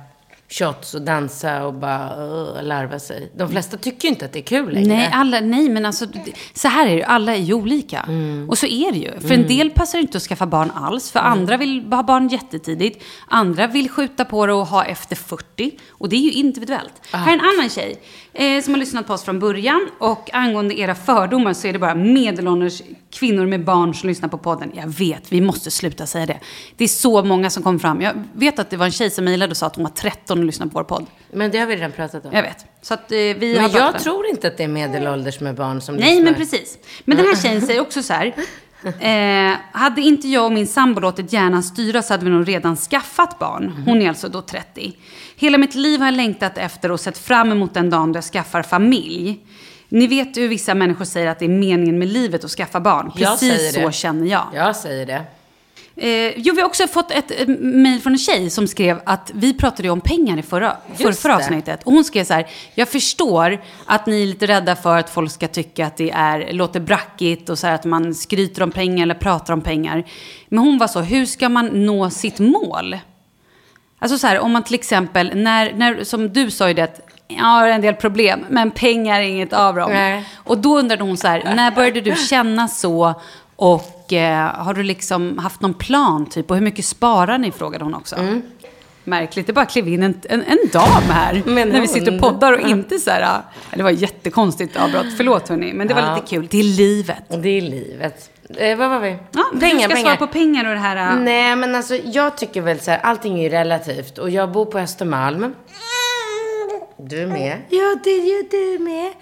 shots och dansa och bara larva sig. De flesta tycker ju inte att det är kul längre. Nej, men alltså så här är det ju, alla är ju olika. Och så är det ju. För en del passar inte att skaffa barn alls, för andra vill ha barn jättetidigt. Andra vill skjuta på det och ha efter 40. Och det är ju individuellt. Här är en annan tjej som har lyssnat på oss från början. Och angående era fördomar så är det bara medelålders kvinnor med barn som lyssnar på podden. Jag vet, vi måste sluta säga det. Det är så många som kom fram. Jag vet att det var en tjej som mejlade och sa att hon var 13 och lyssnade på vår podd. Men det har vi redan pratat om. Jag vet. Så att, men jag tror inte att det är medelålders med barn som lyssnar. Nej, men precis. Men den här tjejen säger också så här. Hade inte jag och min sambo låtit hjärnan styra så hade vi nog redan skaffat barn. Hon är alltså då 30. Hela mitt liv har jag längtat efter och sett fram emot den dagen då jag skaffar familj. Ni vet hur vissa människor säger att det är meningen med livet att skaffa barn. Precis så känner jag. Jag säger det. Vi har också fått ett mejl från en tjej som skrev att vi pratade om pengar i förra avsnittet. Och hon skrev så här: jag förstår att ni är lite rädda för att folk ska tycka att det låter brackigt och så här att man skryter om pengar eller pratar om pengar. Men hon var så, hur ska man nå sitt mål? Alltså så här, om man till exempel, när som du sa ju det, att jag har en del problem, men pengar är inget av dem. Nej. Och då undrade hon så här, när började du känna så? Och har du liksom haft någon plan typ? Och hur mycket sparar ni, frågade hon också. Märkligt, det bara klev in en dam här. När vi sitter och poddar och inte så här. Det var jättekonstigt avbrott, förlåt hörni. Men det var lite kul, det är livet. Det är livet. Vad var vi? Ja, pengar, du ska svara på pengar och det här. Nej, men alltså jag tycker väl så här, allting är ju relativt. Och jag bor på Östermalm. Du är med? Ja, det är du med.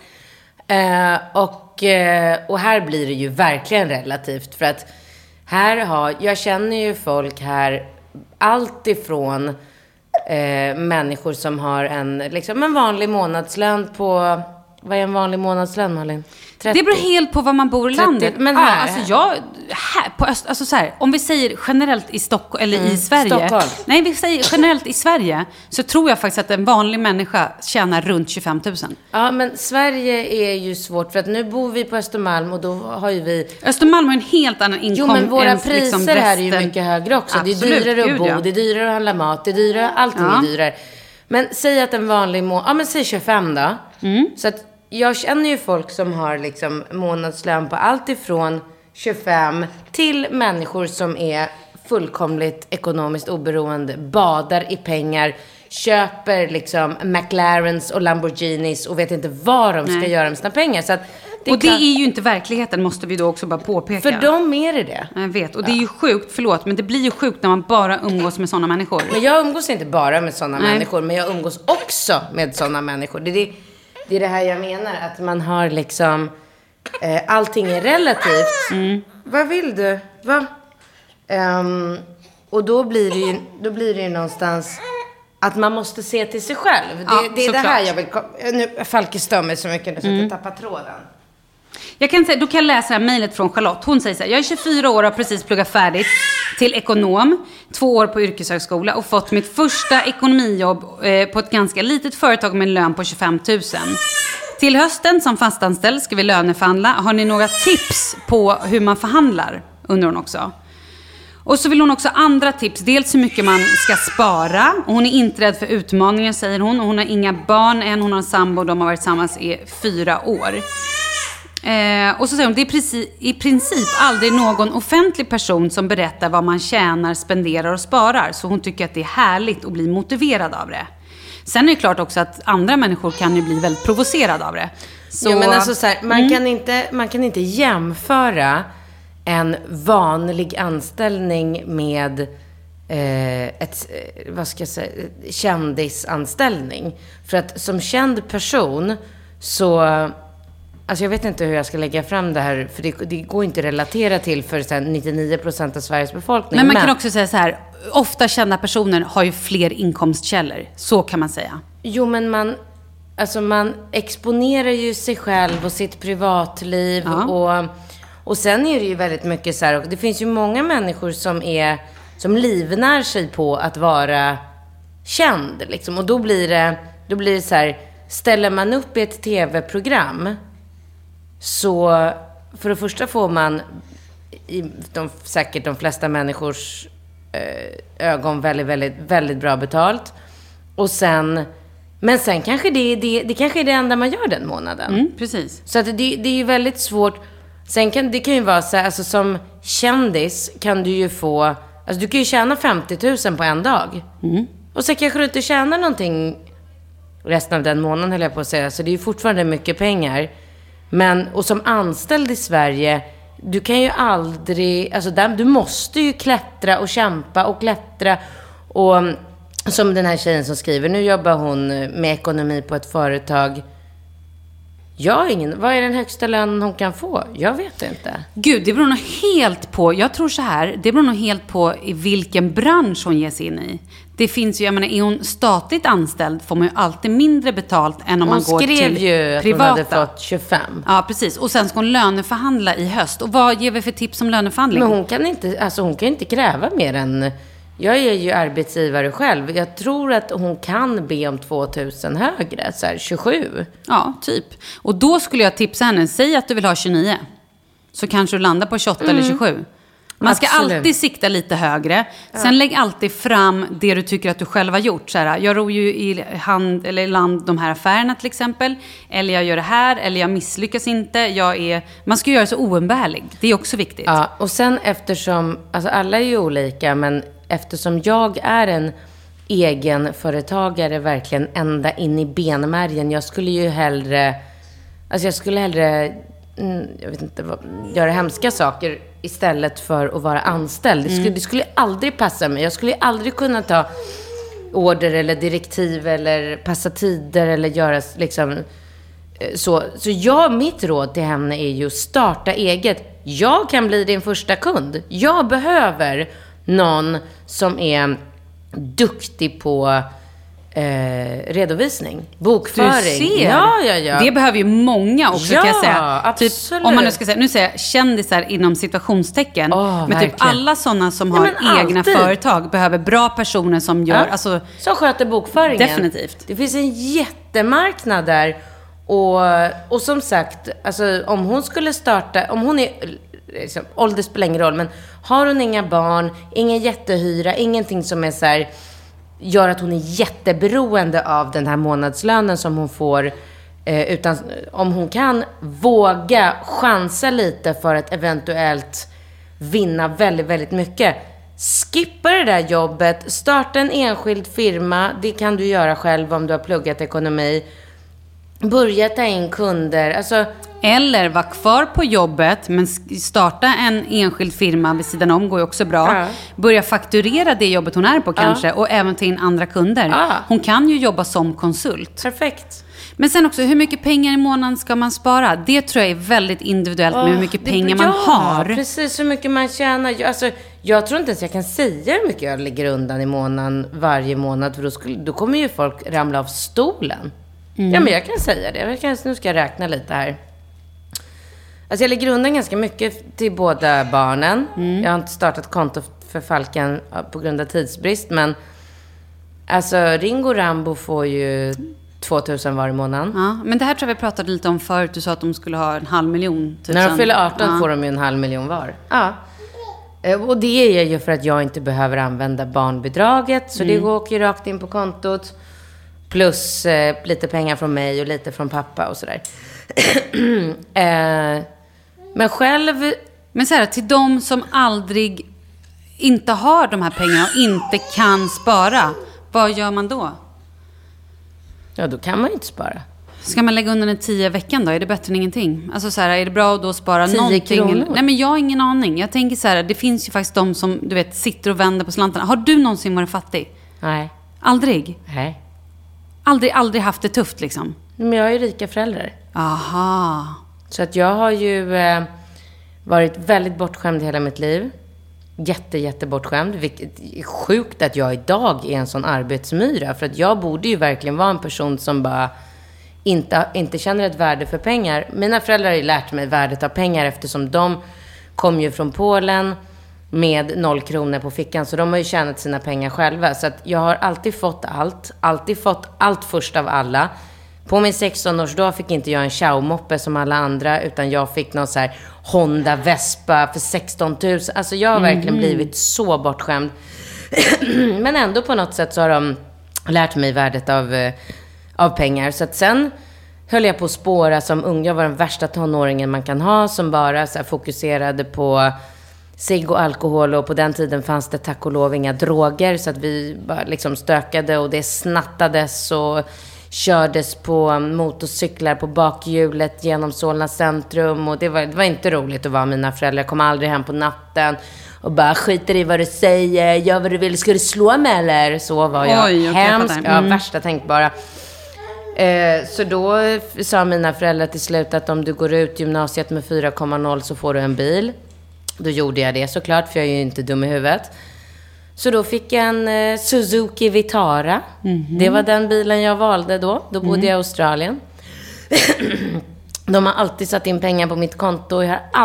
Och här blir det ju verkligen relativt. För att jag känner ju folk här, allt ifrån människor som har en vanlig månadslön på... Vad är en vanlig månadslön, Malin? 30. Det beror helt på var man bor i 30, landet. Men om vi säger generellt i Stockholm eller i Sverige. Stockholm. Nej, vi säger generellt i Sverige, så tror jag faktiskt att en vanlig människa tjänar runt 25 000. Ja, men Sverige är ju svårt för att nu bor vi på Östermalm och då har ju vi... Östermalm har en helt annan inkomst. Jo, men våra priser här är ju mycket högre också. Absolut, det är dyrare att bo, det är dyrare att handla mat, det är dyrare, allting är dyrare. Men säg att en vanlig men säg 25 då. Så att jag känner ju folk som har liksom månadslön på allt ifrån 25 till människor som är fullkomligt ekonomiskt oberoende, badar i pengar, köper liksom McLarens och Lamborghinis och vet inte vad de ska göra med sina pengar. Så att det är ju inte verkligheten, måste vi då också bara påpeka. För dem är det. Jag vet, och det är ju sjukt, förlåt, men det blir ju sjukt när man bara umgås med sådana människor. Men jag umgås inte bara med sådana människor, men jag umgås också med sådana människor. Det är det här jag menar, att man har liksom... allting är relativt. Vad vill du? Va? Och då blir det ju någonstans att man måste se till sig själv. Det är det här jag vill... Nu Falke stör mig så mycket så att jag tappar tråden. Då kan jag läsa det här mejlet från Charlotte. Hon säger så här: jag är 24 år och har precis pluggat färdigt till ekonom, 2 år på yrkeshögskola och fått mitt första ekonomijobb på ett ganska litet företag med en lön på 25 000. Till hösten som fastanställd ska vi löneförhandla. Har ni några tips på hur man förhandlar? Undrar hon också. Och så vill hon också andra tips. Dels hur mycket man ska spara. Och hon är inte rädd för utmaningar, säger hon. Och hon har inga barn än. Hon har en sambo och de har varit tillsammans i 4 år. Och så säger hon, det är i princip aldrig någon offentlig person som berättar vad man tjänar, spenderar och sparar. Så hon tycker att det är härligt att bli motiverad av det. Sen är det klart också att andra människor kan ju bli väldigt provocerade av det. Så... Ja, men alltså så här, man kan inte jämföra en vanlig anställning med kändisanställning. För att som känd person så... Alltså jag vet inte hur jag ska lägga fram det här, för det går inte att relatera till för 99% av Sveriges befolkning. Men man kan också säga så här, ofta kända personer har ju fler inkomstkällor. Så kan man säga. Jo, men man exponerar ju sig själv och sitt privatliv. Och sen är det ju väldigt mycket så här, och det finns ju många människor som livnär sig på att vara känd. Liksom. Och då blir det så här, ställer man upp i ett tv-program, så för det första får man säkert de flesta människors ögon väldigt, väldigt, väldigt bra betalt. Och sen... Men sen kanske det kanske är det enda man gör den månaden. Precis. Så att det är ju väldigt svårt. Sen kan det ju vara så här, alltså som kändis kan du ju få... Alltså du kan ju tjäna 50 000 på en dag. Och sen kanske du inte tjänar någonting resten av den månaden, höll jag på att säga. Så det är ju fortfarande mycket pengar. Men, och som anställd i Sverige, du kan ju aldrig... Alltså du måste ju klättra och kämpa och klättra. Och som den här tjejen som skriver, nu jobbar hon med ekonomi på ett företag. Vad är den högsta lönen hon kan få? Jag vet inte. Gud, det beror nog helt på, jag tror så här, det beror nog helt på i vilken bransch hon ger sig in i. Det finns ju, jag menar, är hon statligt anställd får man ju alltid mindre betalt än om man går till privata. Hon skrev ju att hon hade fått 25. Ja, precis. Och sen ska hon löneförhandla i höst. Och vad ger vi för tips om löneförhandling? Men hon kan inte kräva mer än... Jag är ju arbetsgivare själv. Jag tror att hon kan be om 2000 högre, så här 27. Ja, typ. Och då skulle jag tipsa henne, säg att du vill ha 29. Så kanske du landar på 28 eller 27. Man ska alltid sikta lite högre. Sen lägg alltid fram det du tycker att du själv har gjort. Så här, jag ror ju i land de här affärerna till exempel. Eller jag gör det här. Eller jag misslyckas inte. Man ska göra så oumbärlig. Det är också viktigt. Ja, och sen eftersom... Alltså alla är ju olika, men eftersom jag är en egenföretagare verkligen ända in i benmärgen. Jag skulle hellre jag vet inte, göra hemska saker istället för att vara anställd. Det skulle aldrig passa mig. Jag skulle aldrig kunna ta order eller direktiv eller passa tider eller göra liksom så mitt råd till henne är ju starta eget. Jag kan bli din första kund. Jag behöver någon som är duktig på redovisning, bokföring. Du ser. Ja. Det behöver ju många också, kan jag säga. Absolut. Typ, om man nu ska säga, nu säger jag kändisar inom situationstecken. Men verkligen. typ alla sådana som har egna företag behöver bra personer som gör... Alltså, som sköter bokföringen. Definitivt. Det finns en jättemarknad där. Och som sagt, alltså, om hon skulle starta... Om hon är... Liksom, ålder spelar ingen roll, men har hon inga barn, ingen jättehyra, ingenting som är så här... gör att hon är jätteberoende av den här månadslönen som hon får, utan om hon kan våga chansa lite för att eventuellt vinna väldigt, väldigt mycket. Skippa det där jobbet, starta en enskild firma, det kan du göra själv om du har pluggat ekonomi. Börja ta in kunder, alltså... Eller vara kvar på jobbet men starta en enskild firma vid sidan om går ju också bra. Ja. Börja fakturera det jobbet hon är på kanske och även ta in andra kunder. Ja. Hon kan ju jobba som konsult. Perfekt. Men sen också, hur mycket pengar i månaden ska man spara? Det tror jag är väldigt individuellt med hur mycket pengar man har. Precis, hur mycket man tjänar. Alltså, jag tror inte ens jag kan säga hur mycket jag lägger undan i månaden varje månad. För då kommer ju folk ramla av stolen. Ja, men jag kan säga det. Nu ska jag räkna lite här. Alltså jag lägger undan ganska mycket till båda barnen. Jag har inte startat konto för Falken på grund av tidsbrist. Men alltså Ringo och Rambo får ju 2000 var i månaden. Ja, men det här tror jag vi pratade lite om förut. Du sa att de skulle ha 500 000. När de fyller 18 får de ju 500 000 var. Ja. Och det är ju för att jag inte behöver använda barnbidraget. Så det åker ju rakt in på kontot. Plus lite pengar från mig och lite från pappa och sådär. Men själv... Men så här, till de som aldrig inte har de här pengarna och inte kan spara, vad gör man då? Ja, då kan man inte spara. Ska man lägga undan en 10 i veckan då? Är det bättre än ingenting? Alltså så här, är det bra att då spara 10 någonting? kronor? Nej, men jag har ingen aning. Jag tänker så här, det finns ju faktiskt de som, du vet, sitter och vänder på slantarna. Har du någonsin varit fattig? Nej. Aldrig? Nej. Aldrig haft det tufft liksom? Men jag är ju rika föräldrar. Aha. Så att jag har ju varit väldigt bortskämd hela mitt liv. Jätte bortskämd. Vilket är sjukt att jag idag är en sån arbetsmyra. För att jag borde ju verkligen vara en person som bara inte känner ett värde för pengar. Mina föräldrar har ju lärt mig värdet av pengar eftersom de kom ju från Polen med 0 kronor på fickan. Så de har ju tjänat sina pengar själva. Så att jag har alltid fått allt. Alltid fått allt först av alla. På min 16-årsdag fick inte jag en Xiaomoppe som alla andra. Utan jag fick någon så här Honda Vespa för 16 000. Alltså jag har verkligen blivit så bortskämd. Men ändå på något sätt så har de lärt mig värdet av pengar. Så att sen höll jag på att spåra som ung. Jag var den värsta tonåringen man kan ha, som bara så här fokuserade på cigg och alkohol. Och på den tiden fanns det tack och lov inga droger, så att vi bara liksom stökade och det snattades och kördes på motorcyklar på bakhjulet genom Solna centrum. Och det var inte roligt att vara mina föräldrar. Jag kom aldrig hem på natten och bara skiter i vad du säger, gör vad du vill, ska du slå mig eller? Så var jag. Hemskt, värsta tänkbara. Så då sa mina föräldrar till slut att om du går ut gymnasiet med 4,0 så får du en bil. Då gjorde jag det såklart, för jag är ju inte dum i huvudet. Så då fick jag en Suzuki Vitara. Det var den bilen jag valde då. Då bodde jag i Australien. De har alltid satt in pengar på mitt konto.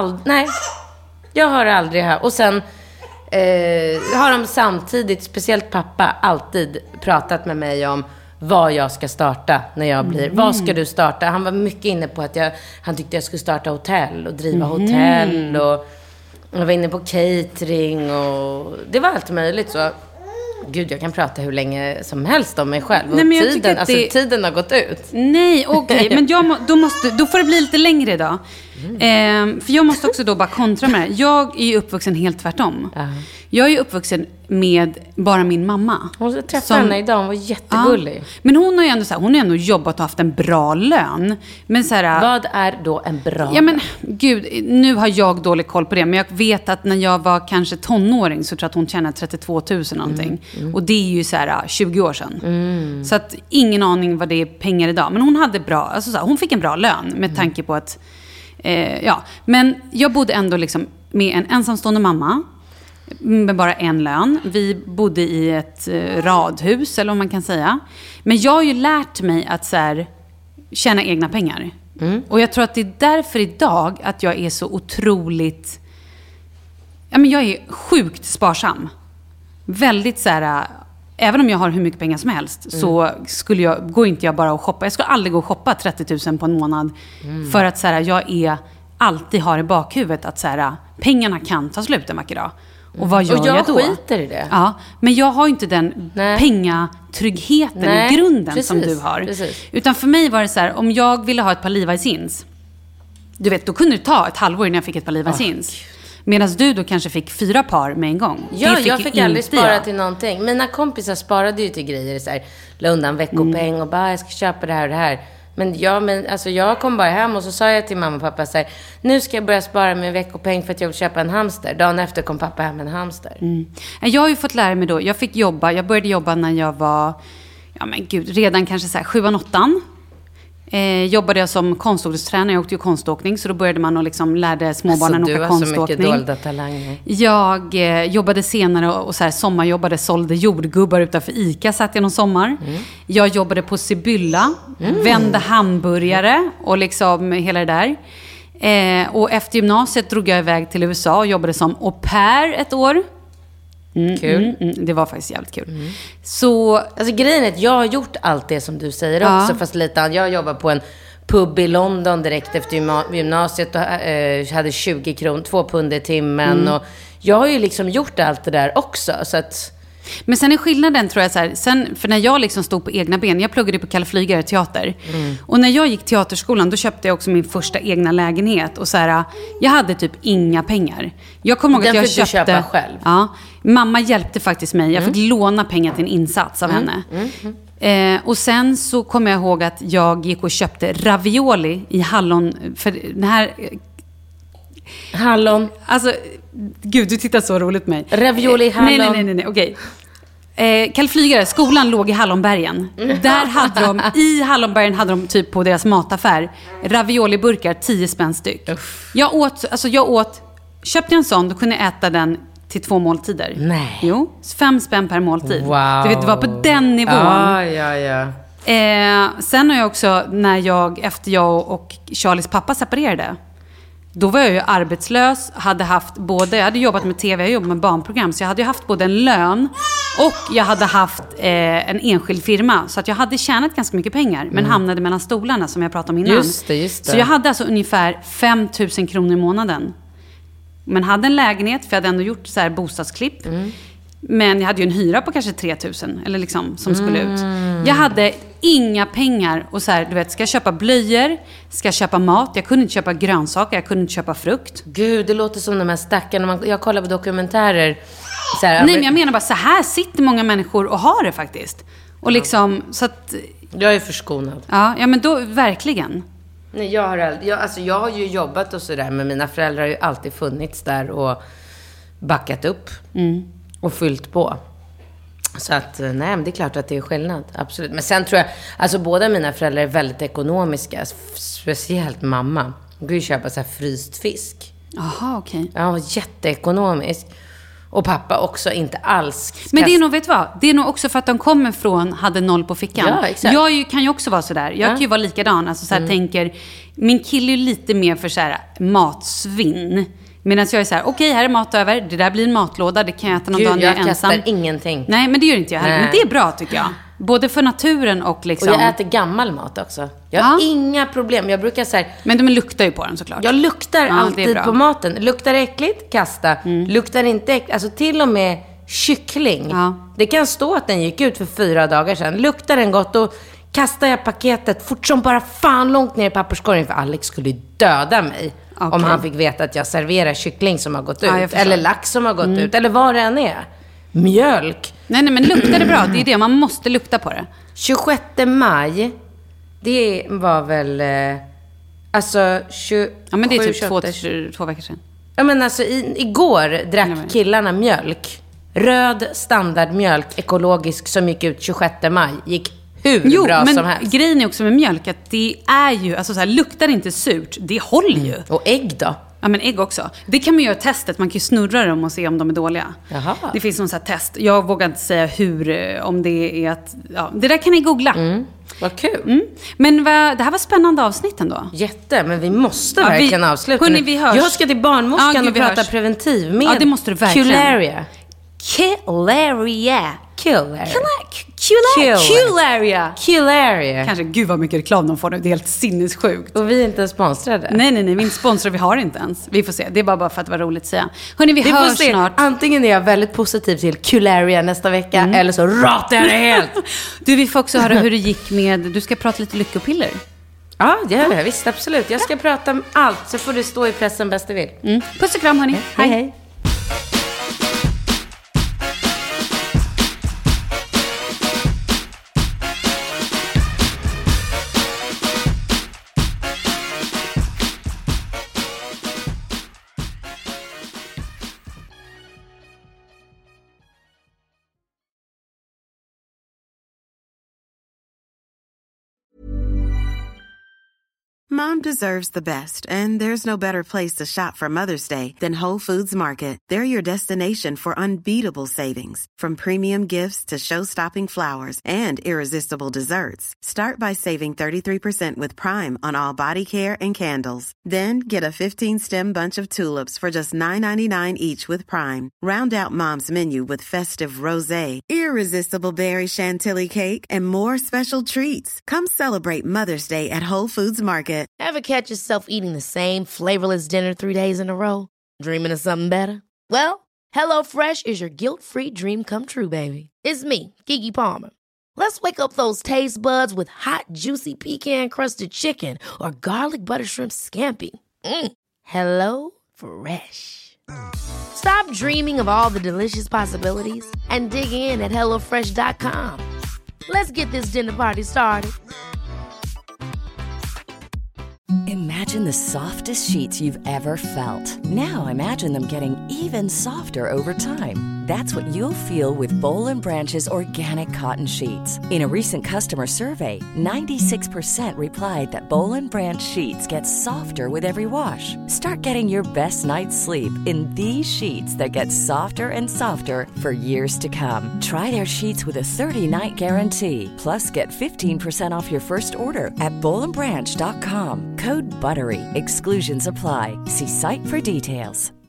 Jag har aldrig här. Och sen har de samtidigt, speciellt pappa, alltid pratat med mig om vad jag ska starta när jag blir. Vad ska du starta? Han var mycket inne på att han tyckte jag skulle starta hotell och driva hotell. Och jag var inne på catering och det var allt möjligt. Så gud, jag kan prata hur länge som helst om mig själv. Och tiden har gått ut. Nej, okej. Men då får det bli lite längre idag. För jag måste också då bara kontra med det. Jag är ju uppvuxen helt tvärtom. Jag är ju uppvuxen med bara min mamma. Hon träffade henne idag, hon var jättegullig. Men hon har ju ändå jobbat och haft en bra lön. Men så här, vad är då en bra lön? Ja men gud, nu har jag dålig koll på det. Men jag vet att när jag var kanske tonåring så tror jag att hon tjänade 32 000 någonting. Och det är ju så här 20 år sedan. Så att ingen aning vad det är pengar idag. Men hon hade bra, alltså så här, hon fick en bra lön med tanke på att men jag bodde ändå liksom med en ensamstående mamma med bara en lön. Vi bodde i ett radhus, eller vad man kan säga. Men jag har ju lärt mig att så här, tjäna egna pengar. Och jag tror att det är därför idag att jag är så otroligt... jag är sjukt sparsam. Väldigt så här... Även om jag har hur mycket pengar som helst så går inte jag bara och shoppa. Jag skulle aldrig gå och shoppa 30 000 på en månad. För att så här, jag alltid har i bakhuvudet att så här, pengarna kan ta slut en vacker dag. Och vad gör jag då? Och jag skiter i det. Ja, men jag har inte den pengatryggheten i grunden som du har. Precis. Utan för mig var det så här, om jag ville ha ett par Levi's jeans. Du vet, då kunde det ta ett halvår innan jag fick ett par Levi's jeans. Medan du då kanske fick 4 par med en gång. Ja, jag fick aldrig spara till någonting. Mina kompisar sparade ju till grejer. Så här, la undan veckopeng och bara, jag ska köpa det här och det här. Men jag kom bara hem och så sa jag till mamma och pappa så här, nu ska jag börja spara med veckopeng för att jag vill köpa en hamster. Dagen efter kom pappa hem med en hamster. Jag har ju fått lära mig då. Jag började jobba när jag var, redan kanske så här 7-8. Jobbade jag som konståkningstränare. Jag åkte ju konståkning, så då började man och liksom lärde småbarnen åka konståkning. Du har så mycket dolda talanger. Jag jobbade senare och så här sommarjobbade, sålde jordgubbar utanför Ica, satt jag någon sommar. Jag jobbade på Sibylla, vände hamburgare och liksom hela det där. Och efter gymnasiet drog jag iväg till USA och jobbade som au pair ett år. Kul. Det var faktiskt jävligt kul. Så, alltså grejen är att jag har gjort allt det som du säger också, fast lite. Jag jobbar på en pub i London direkt efter gymnasiet och hade 20 kronor, 2 pund i timmen. Och jag har ju liksom gjort allt det där också, så att... Men sen är skillnaden, tror jag, så här, för när jag liksom stod på egna ben, jag pluggade på Kalle Flygare teater. Och när jag gick teaterskolan, då köpte jag också min första egna lägenhet. Och så här, jag hade typ inga pengar. Jag kommer ihåg att jag köpte... köpa själv. Ja, mamma hjälpte faktiskt mig. Jag fick låna pengar till en insats av henne. Och sen så kommer jag ihåg att jag gick och köpte ravioli i hallon. För den här... Hallon. Alltså, gud, du tittar så roligt på mig. Ravioli i hallon. Nej, okej. Kalle Flygare, skolan låg i Hallonbergen. Där hade de, i Hallonbergen hade de typ på deras mataffär ravioliburkar, 10 spänn styck. Köpte jag en sån, då kunde jag äta den till 2 måltider. Nej. Jo, 5 spänn per måltid. Wow. Du vet, det var på den nivån. Ja. Sen har jag också, efter jag och Charlies pappa separerade, då var jag ju arbetslös, jag hade jobbat med tv, jag jobbade med barnprogram, så jag hade ju haft både en lön och jag hade haft en enskild firma, så att jag hade tjänat ganska mycket pengar, men hamnade mellan stolarna som jag pratade om innan. Just det. Så jag hade alltså ungefär 5 000 kronor i månaden. Men hade en lägenhet, för jag hade ändå gjort så här bostadsklipp. Men jag hade ju en hyra på kanske 3 000 eller liksom, som skulle ut. Jag hade inga pengar. Och så här, du vet, ska jag köpa blöjor? Ska jag köpa mat? Jag kunde inte köpa grönsaker. Jag kunde inte köpa frukt. Gud, det låter som de här stackarna. Jag kollar på dokumentärer. Så här, nej, men jag menar bara, så här sitter många människor och har det faktiskt. Och liksom, så att... Jag är förskonad. Ja, men då, verkligen. Nej, jag har ju jobbat och sådär. Men mina föräldrar har ju alltid funnits där och backat upp. Och fyllt på. Så att, nej, men det är klart att det är skillnad. Absolut. Men sen tror jag, alltså båda mina föräldrar är väldigt ekonomiska. Speciellt mamma. Hon kan ju köpa så här fryst fisk. Jaha, okej. Ja, jätteekonomisk. Och pappa också, inte alls. Men det är nog, vet du vad? Det är nog också för att de kommer från, hade 0 på fickan. Ja, exakt. Jag kan ju också vara sådär. Jag kan ju vara likadan. Alltså så här, tänker, min kille är ju lite mer för så här matsvinn. Medan jag är så här, okej, här är mat över. Det där blir en matlåda, det kan jag äta någon dag när jag är ensam. Jag kastar ingenting. Nej, men det gör inte jag heller. Men det är bra, tycker jag. Både för naturen och liksom... Och jag äter gammal mat också. Jag har inga problem. Jag brukar så här... Men de luktar ju på den såklart. Jag luktar alltid på maten. Luktar äckligt, kasta. Luktar inte äckligt. Alltså till och med kyckling. Det kan stå att den gick ut för 4 dagar sedan. Luktar den gott, och kastar jag paketet fort som bara fan långt ner i papperskorgen. För Alex skulle ju döda mig. Om han fick veta att jag serverar kyckling som har gått ut. Eller lax som har gått ut. Eller vad det än är. Mjölk. Nej, men luktar det bra? Det är det, man måste lukta på det. 26 maj. Det var väl... alltså... Ja, men det är typ 2 veckor sedan. Ja, men alltså igår drack killarna mjölk. Röd standardmjölk, ekologisk, som gick ut 26 maj. Gick hur bra som helst. Grejen är också med mjölk att det är ju, alltså så här, luktar inte surt, det håller ju. Och ägg då? Ja, men ägg också. Det kan man göra testet, man kan ju snurra dem och se om de är dåliga. Jaha. Det finns någon sån här test. Jag vågar inte säga hur, om det är att, ja, det där kan ni googla. Vad kul. Men det här var spännande avsnitt ändå. Jätte, men vi måste verkligen avsluta. Hörni, vi hörs. Jag ska till barnmorskan och prata preventivmedel. Ja, det måste du verkligen. Cularia. Kanske, gud vad mycket reklam de får nu. Det är helt sinnessjukt. Och vi är inte sponsrade. Nej, vi är inte sponsrade, vi har inte ens. Vi får se, det är bara för att det var roligt att säga. Hörrni, vi hörs snart. Antingen är jag väldigt positiv till Cularia nästa vecka, eller så ratar jag det helt. Du, vi får också höra hur det gick med, du ska prata lite lyckopiller. Ja, det gör jag, visst, absolut. Jag ska prata om allt, så får du stå i pressen bäst du vill. Puss och kram, hörni. Hej. Mom deserves the best, and there's no better place to shop for Mother's Day than Whole Foods Market. They're your destination for unbeatable savings, from premium gifts to show-stopping flowers and irresistible desserts. Start by saving 33% with Prime on all body care and candles. Then get a 15-stem bunch of tulips for just $9.99 each with Prime. Round out Mom's menu with festive rosé, irresistible berry chantilly cake, and more special treats. Come celebrate Mother's Day at Whole Foods Market. Ever catch yourself eating the same flavorless dinner 3 days in a row? Dreaming of something better? Well, HelloFresh is your guilt-free dream come true, baby. It's me, Keke Palmer. Let's wake up those taste buds with hot, juicy pecan-crusted chicken or garlic butter shrimp scampi. Hello Fresh. Stop dreaming of all the delicious possibilities and dig in at HelloFresh.com. Let's get this dinner party started. Imagine the softest sheets you've ever felt. Now imagine them getting even softer over time. That's what you'll feel with Boll & Branch's organic cotton sheets. In a recent customer survey, 96% replied that Boll & Branch sheets get softer with every wash. Start getting your best night's sleep in these sheets that get softer and softer for years to come. Try their sheets with a 30-night guarantee. Plus, get 15% off your first order at bollandbranch.com. Code BUTTERY. Exclusions apply. See site for details.